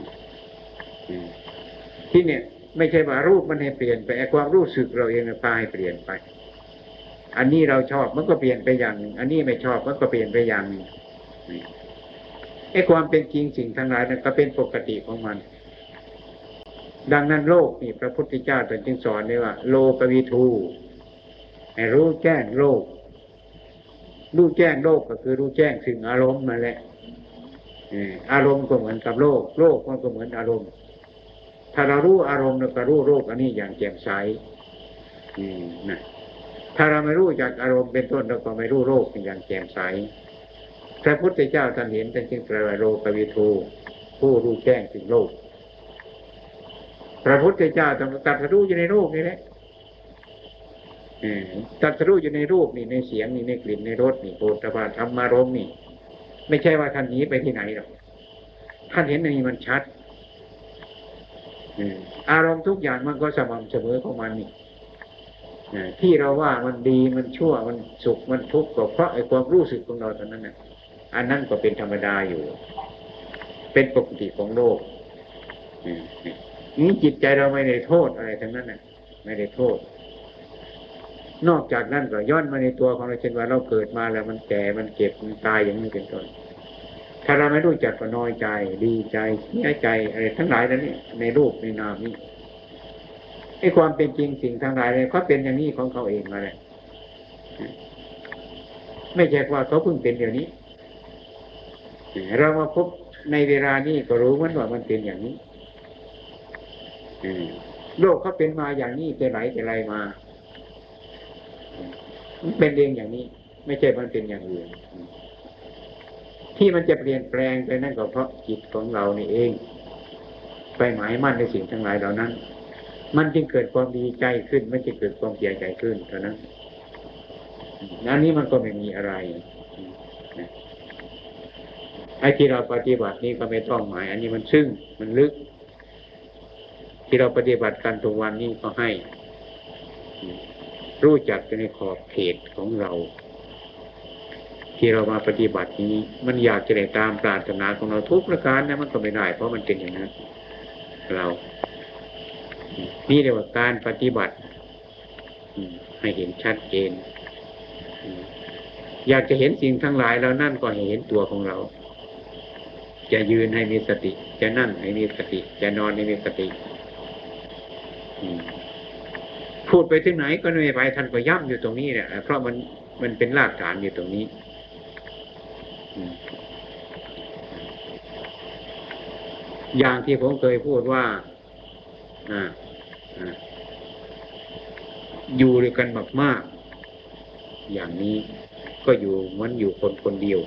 ที่เนี่ยไม่ใช่ว่ารูปมันให้เปลี่ยนไปไอ้ความรู้สึกเราเองพาให้เปลี่ยนไปอันนี้เราชอบมันก็เปลี่ยนไปอย่างหนึ่งอันนี้ไม่ชอบมันก็เปลี่ยนไปอย่างหนึ่งไอ้ความเป็นจริงสิ่งทั้งหลายนั้นก็เป็นปกติของมันดังนั้นโลกนี่พระพุทธเจ้าตรัสจึงสอนไว้ว่าโลกวิทูให้รู้แจ้งโลกรู้แจ้งโลกก็คือรู้แจ้งสิ่งอารมณ์มาแหละอารมณ์ก็เหมือนกับโลกโลกมันก็เหมือนอารมณ์ถ้าเรารู้อารมณ์เราก็รู้โลกอันนี้อย่างแจ่มใสนะถ้าเราไม่รู้จากอารมณ์เป็นต้นเราก็ไม่รู้โลกอย่างแจ่มใสพระพุทธเจ้าท่านเห็นท่านจึงตรัสว่าโลกวิทูผู้รู้แจ้งสิ่งโลกพระพุทธเจ้าต้องตรัสรู้อยู่ในโลกนี่แหละตรัสรู้อยู่ในรูปนี่ในเสียงนี่ในกลิ่นในรสนี่โผฏฐัพพะธรรมารมณ์นี่ไม่ใช่ว่าท่านหนีไปที่ไหนหรอกท่านเห็นในนี้มันชัดอารมณ์ทุกอย่างมันก็สม่ำเสมอของมันนี่ที่เราว่ามันดีมันชั่วมันสุขมันทุกข์ก็เพราะไอ้ความรู้สึกของเราเท่านั้นน่ะอันนั้นก็เป็นธรรมดาอยู่เป็นปกติของโลกนี้จิตใจเราไม่ได้โทษอะไรทั้งนั้นน่ะไม่ได้โทษนอกจากนั้นก็ย้อนมาในตัวของเราเช่นว่าเราเกิดมาแล้วมันแก่มันเจ็บมันตายอย่างนี้เป็นต้นถ้าเราไม่รู้จักก็น้อยใจดีใจเสียใจอะไรทั้งหลายนั้นนี่ในรูปในนามนี้ไอ้ความเป็นจริงสิ่งทั้งหลายเลยเขาเป็นอย่างนี้ของเขาเองมาแหละไม่ใช่ว่าเขาเพิ่งเป็นเดี๋ยวนี้เรามาพบในเวลานี้ก็รู้มันว่ามันเป็นอย่างนี้โลกเขาเป็นมาอย่างนี้แต่ไหนแต่ไรมามันเป็นเองอย่างนี้ไม่ใช่มันเป็นอย่างอื่นที่มันจะเปลี่ยนแปลงไปนั่นก็เพราะจิตของเรานี่เองไปหมายมั่นในสิ่งทั้งหลายเหล่านั้นมันจึงเกิดความดีใจขึ้นมันจะเกิดความเสียใจขึ้นเท่านั้นอันนี้มันก็ไม่มีอะไรไอ้ที่เราปฏิบัตินี้ก็ไม่ต้องหมายอันนี้มันซึ้งมันลึกที่เราปฏิบัติกันทุกวันนี้ก็ให้รู้จักในขอบเขตของเราที่เรามาปฏิบัตินี้มันอยากจะได้ตามปรารถนาของเราทุกประการนะมันก็ไม่ได้เพราะมันเป็นอย่างนั้นเรานี่เรียกว่าการปฏิบัติให้เห็นชัดเจนอยากจะเห็นสิ่งทั้งหลายแล้วนั่นก็ให้เห็นตัวของเราจะยืนให้มีสติจะนั่งให้มีสติจะนอนให้มีสติพูดไปที่ไหนก็ไม่ไปท่านก็ย้ำอยู่ตรงนี้เนี่ยเพราะมันมันเป็นรากฐานอยู่ตรงนี้อย่างที่ผมเคยพูดว่าอ่าอยู่ด้วยกันมากๆอย่างนี้ก็อยู่เหมือนอยู่คนคนเดียว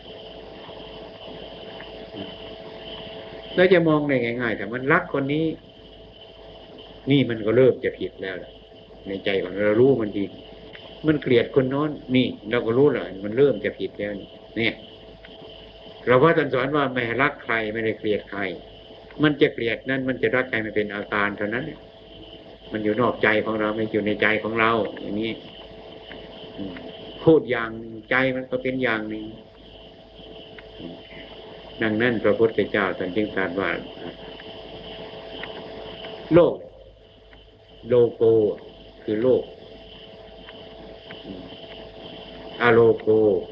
แล้วจะมองได้ง่ายๆแต่มันรักคนนี้นี่มันก็เริ่มจะผิดแล้วในใจของเรารู้มันดีมันเกลียดคนโน้นนี่เราก็รู้แล้วมันเริ่มจะผิดแล้วเนี่ยเราว่าท่านสอนว่าไม่รักใครไม่ได้เกลียดใครมันจะเกลียดนั่นมันจะรักใครมันเป็นอาการเท่านั้นมันอยู่นอกใจของเราไม่อยู่ในใจของเราอย่างนี้พูดอย่างใจมันก็เป็นอย่างหนึ่งดังนั้นพระพุทธเจ้าท่านจึงตรัสว่าโลกโลโกคือโลกอโลโก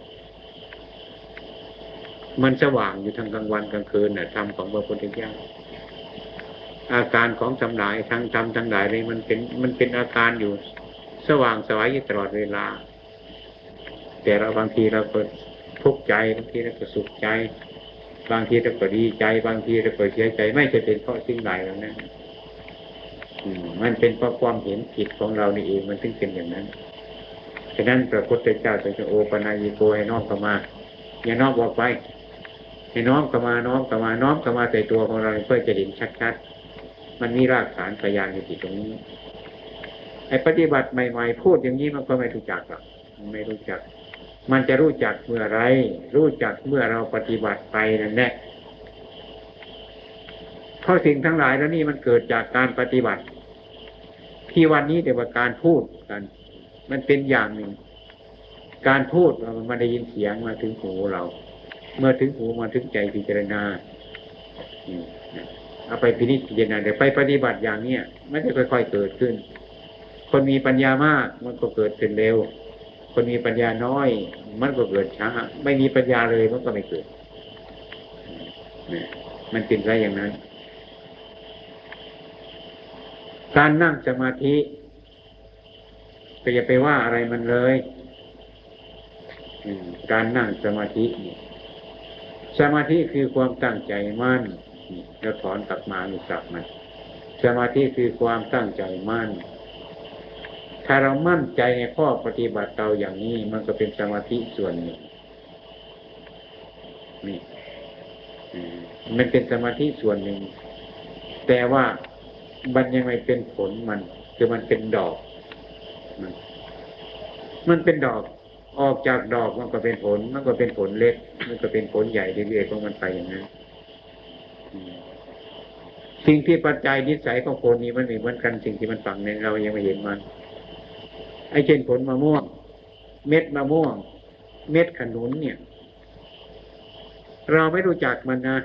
มันสว่างอยู่ทั้งกลางวันกลางคืนน่ะธรรมของพระพุทธเจ้าอาการของทั้งหลายทั้งธรรมทั้งหลายนี่มันเป็นมันเป็นอาการอยู่สว่างสวายอยู่ตลอดเวลาแต่เราบางทีเราก็ทุกข์ใจบางทีเราก็สุขใจบางทีเราก็ดีใจบางทีเราก็เสียใจไม่ใช่เป็นเพราะสิ่งใดแล้วนะมันเป็นเพราะความเห็นผิดของเรานี่เองมันถึงเป็นอย่างนั้นฉะนั้นพระพุทธเจ้าจึงโอปนัญิโกให้น้อมเข้ามาอย่าน้อมออกไปให้น้อมเข้ามาน้อมเข้ามาน้อมเข้ามาใส่ตัวของเราเพื่อจะเห็นชัดๆมันมีรากฐานพยานอยู่ที่ตรงนี้ไอ้ปฏิบัติใหม่ๆพูดอย่างนี้มันก็ไม่รู้จักหรอกไม่รู้จักมันจะรู้จักเมื่อไรรู้จักเมื่อเราปฏิบัติไปนั่นแหละเพราะสิ่งทั้งหลายแล้วนี่มันเกิดจากการปฏิบัติที่วันนี้แต่ว่าการพูดกันมันเป็นอย่างหนึ่งการพูดมันมาได้ยินเสียงมาถึงหูเราเมื่อถึงหูมาถึงใจพิจารณาเอาไปพินิจพิจารณาเดี๋ยวไปปฏิบัติอย่างเนี้ยมันจะค่อยๆเกิดขึ้นคนมีปัญญามากมันก็เกิดขึ้นเร็วคนมีปัญญาน้อยมันก็เกิดช้าไม่มีปัญญาเลยมันก็ไม่เกิดมันเป็นไรอย่างนั้นการนั่งสมาธิก็อย่าไปว่าอะไรมันเลยการนั่งสมาธิสมาธิคือความตั้งใจมั่นเราถอนกลับมาอยู่สับมันสมาธิคือความตั้งใจมั่นถ้าเรามั่นใจในข้อปฏิบัติเราอย่างนี้มันก็เป็นสมาธิส่วนหนึ่งนี่มันเป็นสมาธิส่วนหนึ่งแต่ว่ามันยังไม่เป็นผลมันคือมันเป็นดอกมันมันเป็นดอกออกจากดอกมันก็เป็นผลมันก็เป็นผลเล็กมันก็เป็นผลใหญ่เรื่อยๆของมันไปอย่างนั้นสิ่งที่ปัจจัยนิสัยของคนนี้มันไม่เหมือนกันสิ่งที่มันฝังในเรายังไม่เห็นมันไอ้เช่นผลมะม่วงเม็ดมะม่วงเม็ดขนุนเนี่ยเราไม่รู้จักมันนะ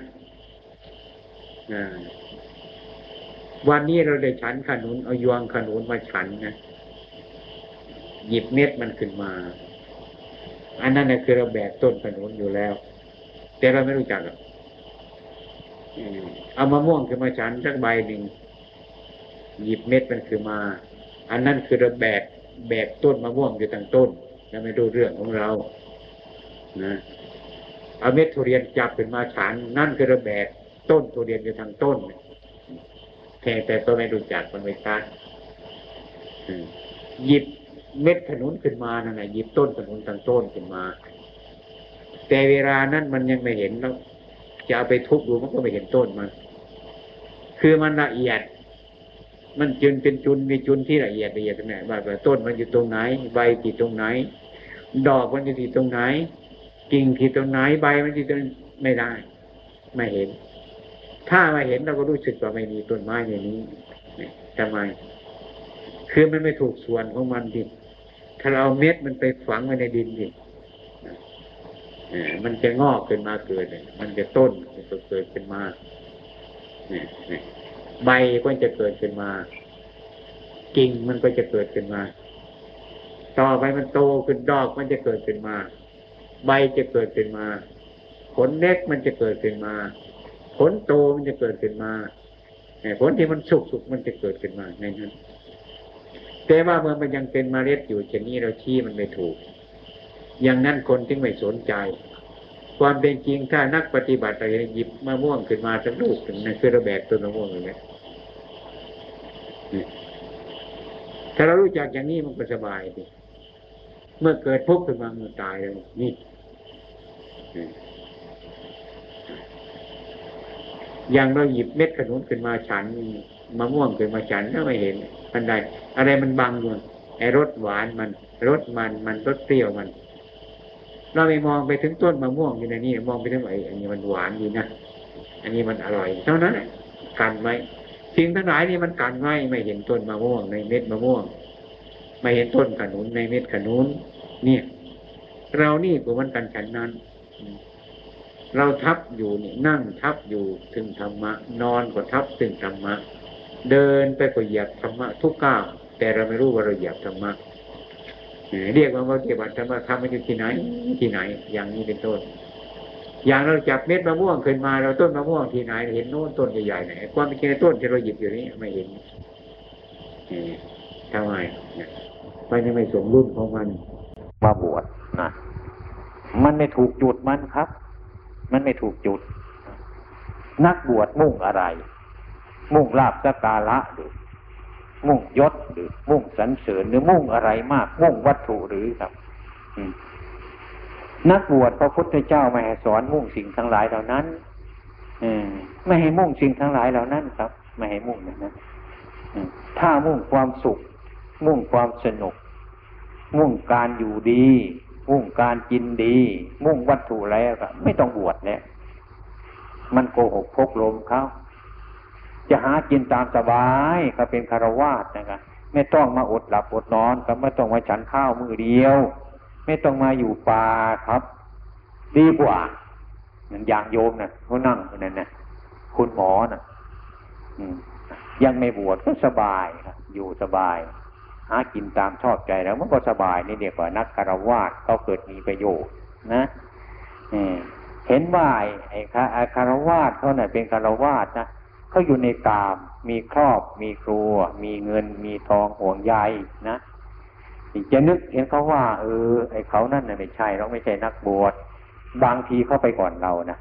วันนี้เราได้ฉันขนุนเอายวงขนุนมาฉันนะหยิบเม็ดมันขึ้นมาอันนั้นน่ะคือเราแบกต้นขนุนอยู่แล้วแต่เราไม่รู้จักเอามะม่วงขึ้นมาฉันสักใบหนึ่งหยิบเม็ดมันขึ้นมาอันนั้นคือเราแบกแบกต้นมะม่วงอยู่ทั้งต้นแล้วไม่รู้เรื่องของเรานะเอาเม็ดทุเรียนจับขึ้นมาฉันนั่นคือเราแบกต้นทุเรียนอยู่ทั้งต้นแค่แต่ก็ไม่รู้จักมันไม่ชัดหยิบเม็ดขนุนขึ้นมานั่นแหละหยิบต้นขนุนทั้งต้นขึ้นมาแต่เวลานั้นมันยังไม่เห็นแล้วจะเอาไปทุบดูมันก็ไม่เห็นต้นมันคือมันละเอียดมันจุนเป็นจุนมีจุนที่ละเอียดละเอียดตรงไหนว่าต้นมันอยู่ตรงไหนใบที่ตรงไหนดอกมันอยู่ที่ตรงไหนกิ่งที่ตรงไหนใบมันอยู่ตรงไม่ได้ไม่เห็นถ้ามาเห็นเราก็รู้สึกว่าไม่มีต้นไม้ในนี้ทำไมคือมันไม่ถูกส่วนของมันดิถ้าเราเอาเม็ดมันไปฝังไว้ในดินดิมันจะงอกขึ้นมาเกิดมันจะต้นมันจะเกิดขึ้นมาใบก็จะเกิดขึ้นมากิ่งมันก็จะเกิดขึ้นมาต่อไปมันโตขึ้นดอกมันจะเกิดขึ้นมาใบจะเกิดขึ้นมาผลเล็กมันจะเกิดขึ้นมาผลโตมันจะเกิดขึ้นมาผลที่มันสุกสุกมันจะเกิดขึ้นมาในนั้นแต่ว่าเมื่อมันยังเป็นเมล็ดอยู่เช่นนี้เราชี้มันไม่ถูกอย่างนั้นคนที่ไม่สนใจความเป็นจริงถ้านักปฏิบัติอะไรหยิบมะม่วงขึ้นมาสักลูกหนึ่งนั่นคือเราแบกต้นมะม่วงอย่างนี้ถ้าเรารู้จักอย่างนี้มันก็สบายดิเมื่อเกิดพุกขึ้นมามันตายเลยนี่อย่างเราหยิบเม็ดขนุนขึ้นมาฉันมะม่วงขึ้นมาฉันก็ไม่เห็นอันใดอะไรมันบังอยู่ไอ้รสหวานมันรสมันมันรสเปรี้ยวมันเราไม่มองไปถึงต้นมะม่วงอยู่ในนี้มองไปถึงไอ้อันนี้มันหวานดีนะอันนี้มันอร่อยเท่านั้นกันไว้สิ่งทั้งหลายนี่มันกันไว้ไม่เห็นต้นมะม่วงในเม็ดมะม่วงไม่เห็นต้นขนุนในเม็ดขนุนเนี่ยเรานี่ก็มันกันฉันนั้นเราทับอยู่นี่นั่งทับอยู่ถึงธรรมะนอนก็ทับถึงธรรมะเดินไปก็เหยียบธรรมะทุกก้าวแต่เราไม่รู้ว่าเราเหยียบธรรมะเรียกว่าปฏิบัติธรรมะทำมันอยู่ที่ไหนที่ไหนอย่างนี้เป็นต้นอย่างเราจับเม็ดมะม่วงขึ้นมาเราต้นมะม่วงที่ไหนเห็นโน้นต้นใหญ่ๆไหนความเป็นจริงต้นที่เราหยิบอยู่นี้ไม่เห็นทำไมมันยังไม่สมรุ่นของมันมาบวชนะมันไม่ถูกจุดมันครับมันไม่ถูกจุดนักบวชมุ่งอะไรมุ่งลาภสักการะหรือมุ่งยศหรือมุ่งสรรเสริญหรือมุ่งอะไรมากมุ่งวัตถุหรือครับนักบวชพระพุทธเจ้าไม่ให้สอนมุ่งสิ่งทั้งหลายเหล่านั้นไม่ให้มุ่งสิ่งทั้งหลายเหล่านั้นครับไม่ให้มุ่งอย่างนั้นถ้ามุ่งความสุขมุ่งความสนุกมุ่งการอยู่ดีมุ่งการกินดีมุ่งวัตถุแล้วก็ไม่ต้องบวชแล้วมันโกหกพกลมเขาจะหากินตามสบายก็เป็นคฤหัสถ์นะครับไม่ต้องมาอดหลับอดนอนก็ไม่ต้องมาฉันข้าวมื้อเดียวไม่ต้องมาอยู่ป่าครับดีกว่าอย่างโยมน่ะเขานั่งอยู่นั่นน่ะคุณหมอน่ะยังไม่บวชก็สบายครับอยู่สบายหากินตามชอบใจแล้วมันก็สบายนี่เรียกว่านักคฤหัสถ์เขาเกิดมีประโยชน์นะเห็นว่าไอ้ไอ้คฤหัสถ์เขาเนี่ยเป็นคฤหัสถ์นะเขาอยู่ในกามมีครอบมีครัวมีเงินมีทองห่วงใยนะจะนึกเห็นเขาว่าเออไอ้เขานั่นน่ะไม่ใช่เราไม่ใช่นักบวชบางทีเขาไปก่อนเรานะ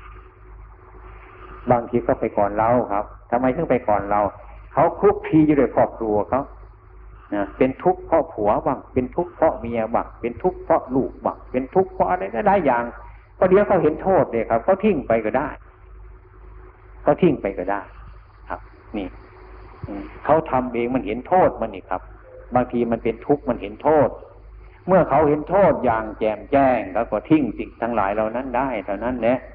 บางทีก็ไปก่อนเราครับทำไมถึงไปก่อนเราเขาคลุกคลีอยู่ด้วยครอบครัวเขานะเป็นทุกข์เพราะผัวบ้างเป็นทุกข์เพราะเมียบ้างเป็นทุกข์เพราะลูกบ้างเป็นทุกข์เพราะอะไรหลายอย่างก็เดี๋ยวเขาเห็นโทษเลยครับเขาทิ้งไปก็ได้เขาทิ้งไปก็ได้ครับนี่เขาทำเองมันเห็นโทษมันนี่ครับบางทีมันเป็นทุกข์มันเห็นโทษเมื่อเขาเห็นโทษอย่างแจ่มแจ้งแล้วก็ทิ้งสิ่งทั้งหลายเหล่านั้นได้เท่านั้นแหละ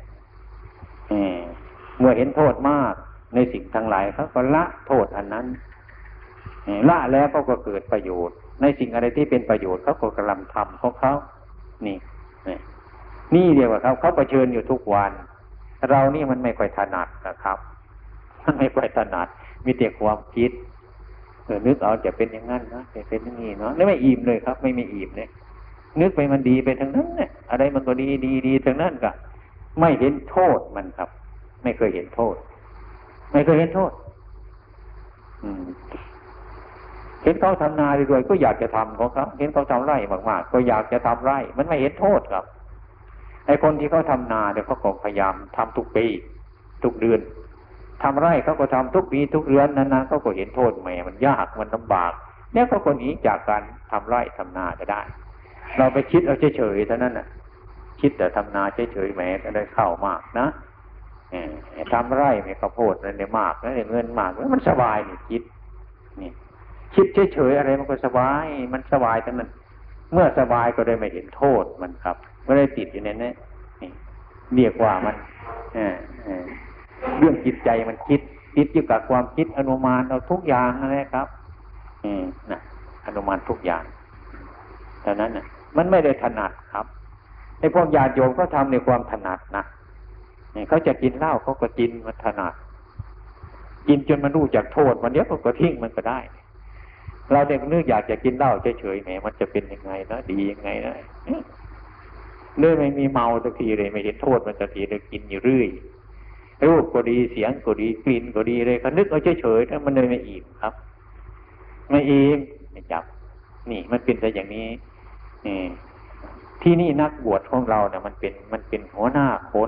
เมื่อเห็นโทษมากในสิ่งทั้งหลายเขาก็ละโทษอันนั้นละแล้วเขาก็เกิดประโยชน์ในสิ่งอะไรที่เป็นประโยชน์เขาก็กำลังทำของเขานี่นี่เดียวกับเขาเขาเผชิญอยู่ทุกวันเรานี่มันไม่ค่อยถนัดนะครับมันไม่ค่อยถนัดมีแต่ความคิดเออนึกเอาจะเป็นอย่างนั้นนะจะเป็นอย่างนี้เนาะแล้วไม่อิ่มเลยครับไม่มีอิ่มเนี่ยนึกไปมันดีไปทั้งนั้นเนี่ยอะไรมันก็ดีดีดีทั้งนั้นก็ไม่เห็นโทษมันครับไม่เคยเห็นโทษไม่เคยเห็นโทษอืมเห็นเขาทำนาด้วยก็อยากจะทำของเขาเห็นเขาทำไร่มากๆก็อยากจะทำไร่มันไม่เห็นโทษครับไอ้คนที่เขาทำนาเดี๋ยวเขาก็พยายามทำทุกปีทุกเดือนทำไร่เขาก็ทำทุกปีทุกเดือนนานๆเขาก็เห็นโทษแหมมันยากมันลำบากแล้วเขาคนนี้จากการทำไร่ทำนาก็ได้เราไปคิดเอาเฉยๆเท่านั้นน่ะคิดแต่ทำนาเฉยๆแหมก็ได้ข้าวมากนะทำไร่ไม่ข้าวโพดนั่นเนี่ยมากนั่นเนี่ยเงินมากแล้วมันสบายนี่คิดนี่คิดเฉยๆอะไรมันก็สบายมันสบายทั้งนั้นเมื่อสบายก็ได้ไม่เห็นโทษมันครับไม่ได้ติดอยู่ในนี้เรียกว่ามันเรื่องจิตใจมันคิดคิดอยู่กับความคิดอนุมานเอาทุกอย่างนั่นแหละครับนะอนุมานทุกอย่างเท่านั้นน่ะมันไม่ได้ถนัดครับไอ้พวกญาติโยมเขาทำในความถนัดนะเขาจะกินเหล้าเขาก็กินมันถนัดกินจนมันรู้จักโทษมันเดี๋ยวเขาก็ทิ้งมันก็ได้เราเด็กนึกอยากจะกินเหล้าเฉยๆแหมมันจะเป็นยังไงนะดียังไงนะเรื่อยไม่มีเมาสักทีเลยไม่เห็นโทษมันสักทีเลยกินอยู่เรื่อยรูปก็ดีเสียงก็ดีกลิ่นก็ดีเลยเขานึกเอาเฉยๆแล้วมันเลยไม่อิ่มครับไม่อิ่มไม่จับนี่มันเป็นแต่อย่างนี้ที่นี่นักบวชของเราเนี่ยมันเป็นมันเป็นหัวหน้าคน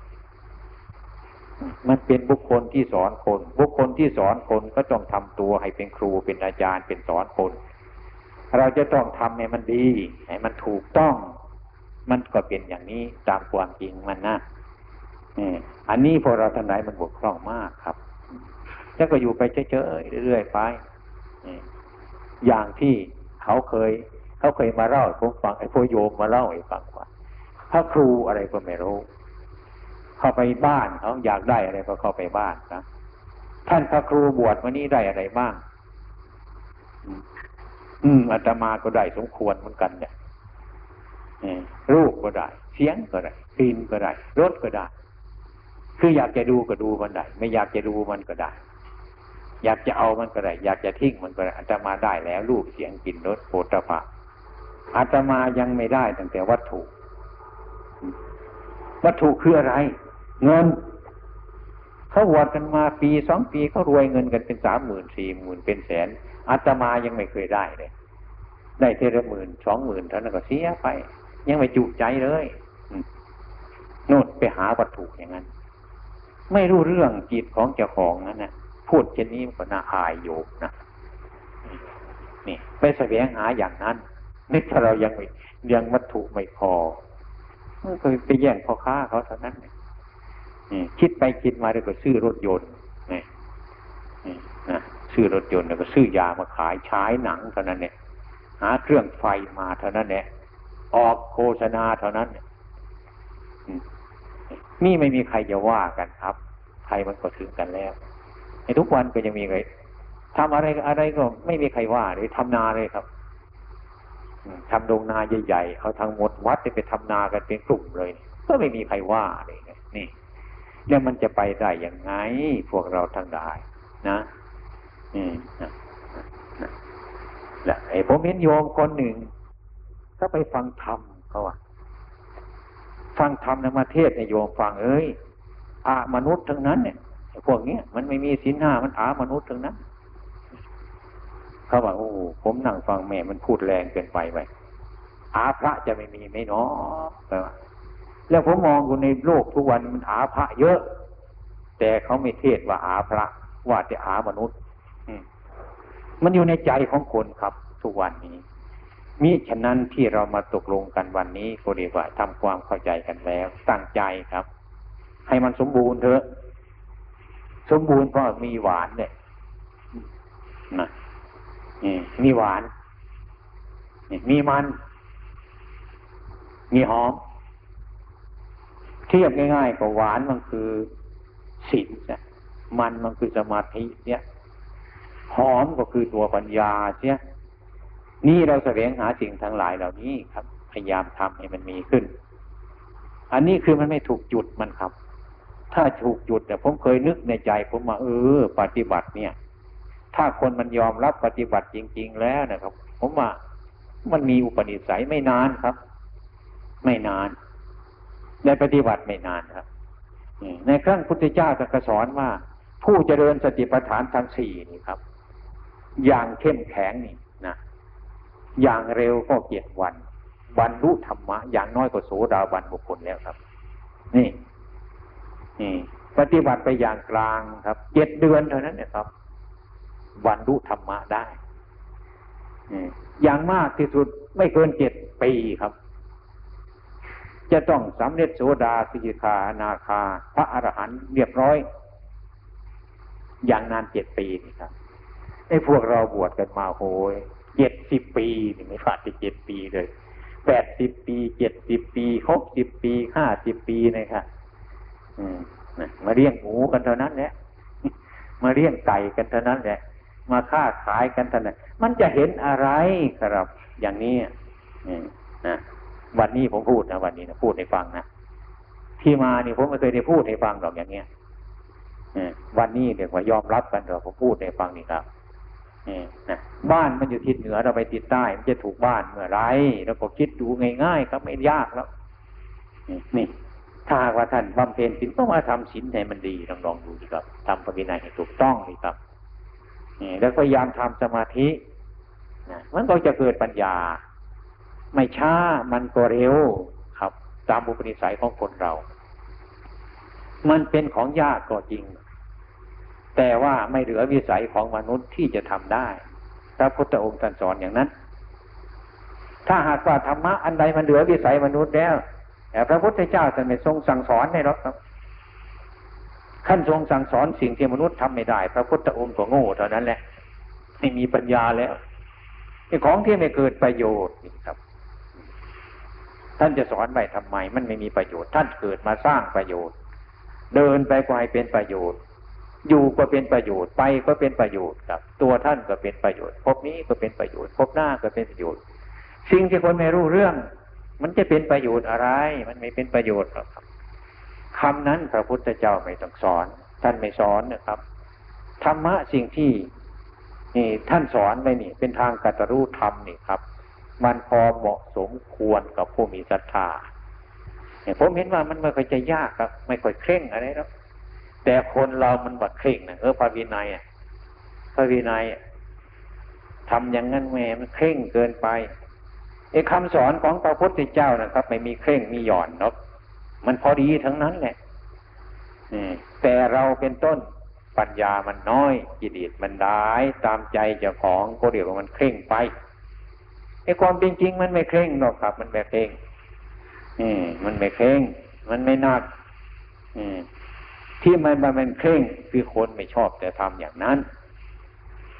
มันเป็นบุคคลที่สอนคนบุคคลที่สอนคนก็ต้องทำตัวให้เป็นครูเป็นอาจารย์เป็นสอนคนเราจะต้องทำให้มันดีให้มันถูกต้องมันก็เป็นอย่างนี้ตามความจริงมันนะอันนี้พอเราทั้งหลายมันบกพร่องมากครับแล้วก็อยู่ไปเฉยๆเรื่อยๆไปอย่างที่เขาเคยเขาเคยมาเล่าให้ผมฟังไอ้พ่อโยมมาเล่าให้ฟังว่าพระครูอะไรก็ไม่รู้เข้าไปบ้านเขาอยากได้อะไรก็เข้าไปบ้านนะท่านพระครูบวชวันนี้ได้อะไรบ้างอืมอาตมาก็ได้สมควรเหมือนกันเนี่ยรูปก็ได้เสียงก็ได้กลิ่นก็ได้รสก็ได้คืออยากจะดูก็ดูมันได้ไม่อยากจะดูมันก็ได้อยากจะเอามันก็ได้อยากจะทิ้งมันก็ได้อาตมาได้แล้วรูปเสียงกลิ่นรสโผฏฐัพพะอาตมายังไม่ได้ตั้งแต่วัตถุวัตถุคืออะไรเงินเขาบวชกันมาปีสองปีเขารวยเงินกันเป็นสามหมื่นสี่หมื่นเป็นแสนอาตมายังไม่เคยได้เลยได้เท่าละหมื่นสองหมื่นเท่านั้นก็เสียไปยังไม่จุใจเลยโน่นไปหาวัตถุอย่างนั้นไม่รู้เรื่องจิตของเจ้าของนั่นนะพูดเช่นนี้มันก็น่าอายโยมนะนี่ไปแสวงหาอย่างนั้นนึกถ้าเรายังไม่ยังวัตถุไม่พอมันก็ไปแย่งพ่อค้าเขาเท่านั้นนี่คิดไปคิดมาแล้วก็ซื้อรถยนต์นี่นะซซื้อรถยนต์แล้วก็ซื้อยามาขายฉายหนังเท่านั้นเนี่ยหาเครื่องไฟมาเท่านั้นเนี่ยออกโฆษณาเท่านั้นนี่ไม่มีใครจะว่ากันครับใครมันก็ถึงกันแล้วในทุกวันก็ยังมีใครทำอะไรอะไรก็ไม่มีใครว่าเลยทำนาเลยครับทำโรงนาใหญ่ๆเขาทั้งหมดวัดไปทำนากันเป็นกลุ่มเลยก็ไม่มีใครว่าเลยนี่แล้วมันจะไปได้ยังไงพวกเราทั้งหลายนะนี่นะและไอ้ผมเห็นโยมคนหนึ่งก็ไปฟังธรรมเขาว่าฟังธรรมในประเทศในโยมฟังเอ้ยอามนุษย์ทั้งนั้นเนี่ยพวกนี้มันไม่มีศีลห้ามันอามนุษย์ทั้งนั้นเขาบอกโอ้ผมนั่งฟังแม่มันพูดแรงเกินไปไปอาพระจะไม่มีไม่เนาะแล้วผมมองอยู่ในโลกทุกวันมันอาพระเยอะแต่เขาไม่เทศว่าอาพระว่าแต่อามนุษย์มันอยู่ในใจของคนครับทุกวันนี้มิฉะนั้นที่เรามาตกลงกันวันนี้ก็เรียกว่าทำความเข้าใจกันแล้วตั้งใจครับให้มันสมบูรณ์เถอะสมบูรณ์เพราะมีหวานเนี่ยนะมีหวานมีมันมีหอมเทียบง่ายๆกับหวานมันคือศีลเนี่ยมันมันคือสมาธิเนี่ยหอมก็คือตัวปัญญาเสียนี่เราแสวงหาสิ่งทั้งหลายเหล่านี้ครับพยายามทำให้มันมีขึ้นอันนี้คือมันไม่ถูกจุดมันครับถ้าถูกจุดเนี่ยผมเคยนึกในใจผมมาเออปฏิบัติเนี่ยถ้าคนมันยอมรับปฏิบัติจริงๆแล้วนะครับผมว่ามันมีอุปนิสัยไม่นานครับไม่นานในปฏิบัติไม่นานครับในครั้งพุทธเจ้าตรัสสอนว่าผู้เจริญสติปัฏฐานทั้งสี่นี่ครับอย่างเข้มแข็งนี่นะอย่างเร็วก็เจ็ดวันบรรลุธรรมะอย่างน้อยก็โสดาบันบุคคลแล้วครับนี่นี่ปฏิบัติไปอย่างกลางครับเจ็ดเดือนเท่านั้นเนี่ยครับบรรลุธรรมะได้อย่างมากที่สุดไม่เกินเจ็ดปีครับจะต้องสำเร็จโสดาสกิทาอนาคาพระอรหันต์เรียบร้อยอย่างนานเจ็ดปีนี่ครับไอ้พวกเราบวชกันมาโหยเจ็ดสิบปีนี่ไม่ขาดที่เจ็ดปีเลยแปดสิบปีเจ็ดสิบปีหกสิบปีห้าสิบปีนะครับอืมนะมาเลี้ยงหมูกันเท่านั้นแหละมาเลี้ยงไก่กันเท่านั้นแหละมาค้าขายกันเท่านั้นมันจะเห็นอะไรครับอย่างนี้นะวันนี้ผมพูดนะวันนี้นะพูดให้ฟังนะที่มานี่ผมไม่เคยได้พูดให้ฟังหรอกอย่างเงี้ยวันนี้เดี๋ยวว่ายอมรับกันเราผมพูดให้ฟังนี่ครับนะบ้านมันอยู่ทิศเหนือเราไปทิศใต้มันจะถูกบ้านเมื่อไรแล้วก็คิดดูง่ายๆครับไม่ยากแล้วนี่ถ้าว่าท่านบำเพ็ญศีลต้องมาทำศีลให้มันดีลองลองดูดีครับทำพระวินัยให้ถูกต้องดีครับนี่แล้วพยายามทำสมาธินะมันก็จะเกิดปัญญาไม่ช้ามันก็เร็วครับตามอุปนิสัยของคนเรามันเป็นของยากก็จริงแต่ว่าไม่เหลือวิสัยของมนุษย์ที่จะทำได้พระพุทธองค์ท่านสอนอย่างนั้นถ้าหากว่าธรรมะอันใดมันเหลือวิสัยมนุษย์แล้วแต่พระพุทธเจ้าท่านไม่ทรงสั่งสอนให้หรอกครับขั้นทรงสั่งสอนสิ่งที่มนุษย์ทำไม่ได้พระพุทธองค์ก็โง่เท่านั้นแหละไม่มีปัญญาแล้วไอ้ของที่ไม่เกิดประโยชน์นี่ครับท่านจะสอนไปทำไมมันไม่มีประโยชน์ท่านเกิดมาสร้างประโยชน์เดินไปก็ให้เป็นประโยชน์อยู่ก็เป็นประโยชน์ไปก็เป็นประโยชน์ครับตัวท่านก็เป็นประโยชน์พบนี้ก็เป็นประโยชน์พบหน้าก็เป็นประโยชน์สิ่งที่คนไม่รู้เรื่องมันจะเป็นประโยชน์อะไรมันไม่เป็นประโยชน์หรอกครับคำนั้นพระพุทธเจ้าไม่ต้องสอนท่านไม่สอนนะครับธรรมะสิ่งที่นี่ท่านสอนไว้นี่เป็นทางกัตรู้ธรรมนี่ครับมันพอเหมาะสมควรกับผู้มีศรัทธาเนี่ยผมเห็นว่ามันไม่ค่อยจะยากครับไม่ค่อยเคร่งอะไรหรอกแต่คนเรามันบัดเคร่งนะเออพระวินัยอ่ะพระวินัยทำอย่างนั้นแม่มันเคร่งเกินไปไอ้คำสอนของพระพุทธเจ้านะครับไม่มีเคร่งมีหย่อนเนาะมันพอดีทั้งนั้นแหละแต่เราเป็นต้นปัญญามันน้อยกิเลสมันร้ายตามใจเจ้าของก็เรียกว่ามันเคร่งไปไอ้ความเป็นจริงมันไม่เคร่งหรอกครับมันไม่เคร่งอืมมันไม่เคร่งมันไม่หนักอืมที่มันมันเคร่งคือคนไม่ชอบแต่ทำอย่างนั้น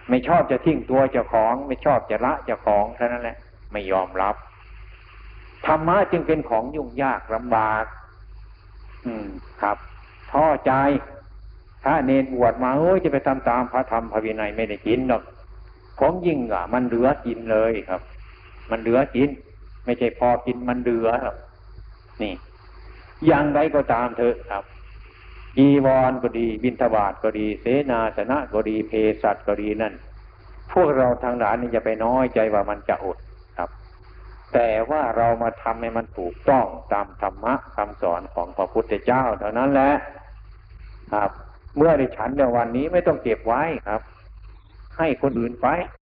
ไม่ชอบจะทิ้งตัวเจ้าของไม่ชอบจะละเจ้าของเท่านั้นแหละไม่ยอมรับธรรมะจึงเป็นของยุ่งยากลำบากอืมครับท้อใจถ้าเนรบวชมาเอ้ยจะไปทำตามพระธรรมพระวินัยไม่ได้กินหรอกของยิ่งอ่ะมันเหลือกินเลยครับมันเหลือกินไม่ใช่พอกินมันเหลือครับนี่อย่างไรก็ตามเถอะครับจีวรก็ดีบิณฑบาตก็ดีเสนาสนะก็ดีเภสัชก็ดีนั่นพวกเราทางหลายนี่จะไปน้อยใจว่ามันจะอดครับแต่ว่าเรามาทำให้มันถูกต้องตามธรรมะคำสอนของพระพุทธเจ้าเท่านั้นแหละครับเมื่อได้ฉันในวันนี้ไม่ต้องเก็บไว้ครับให้คนอื่นไป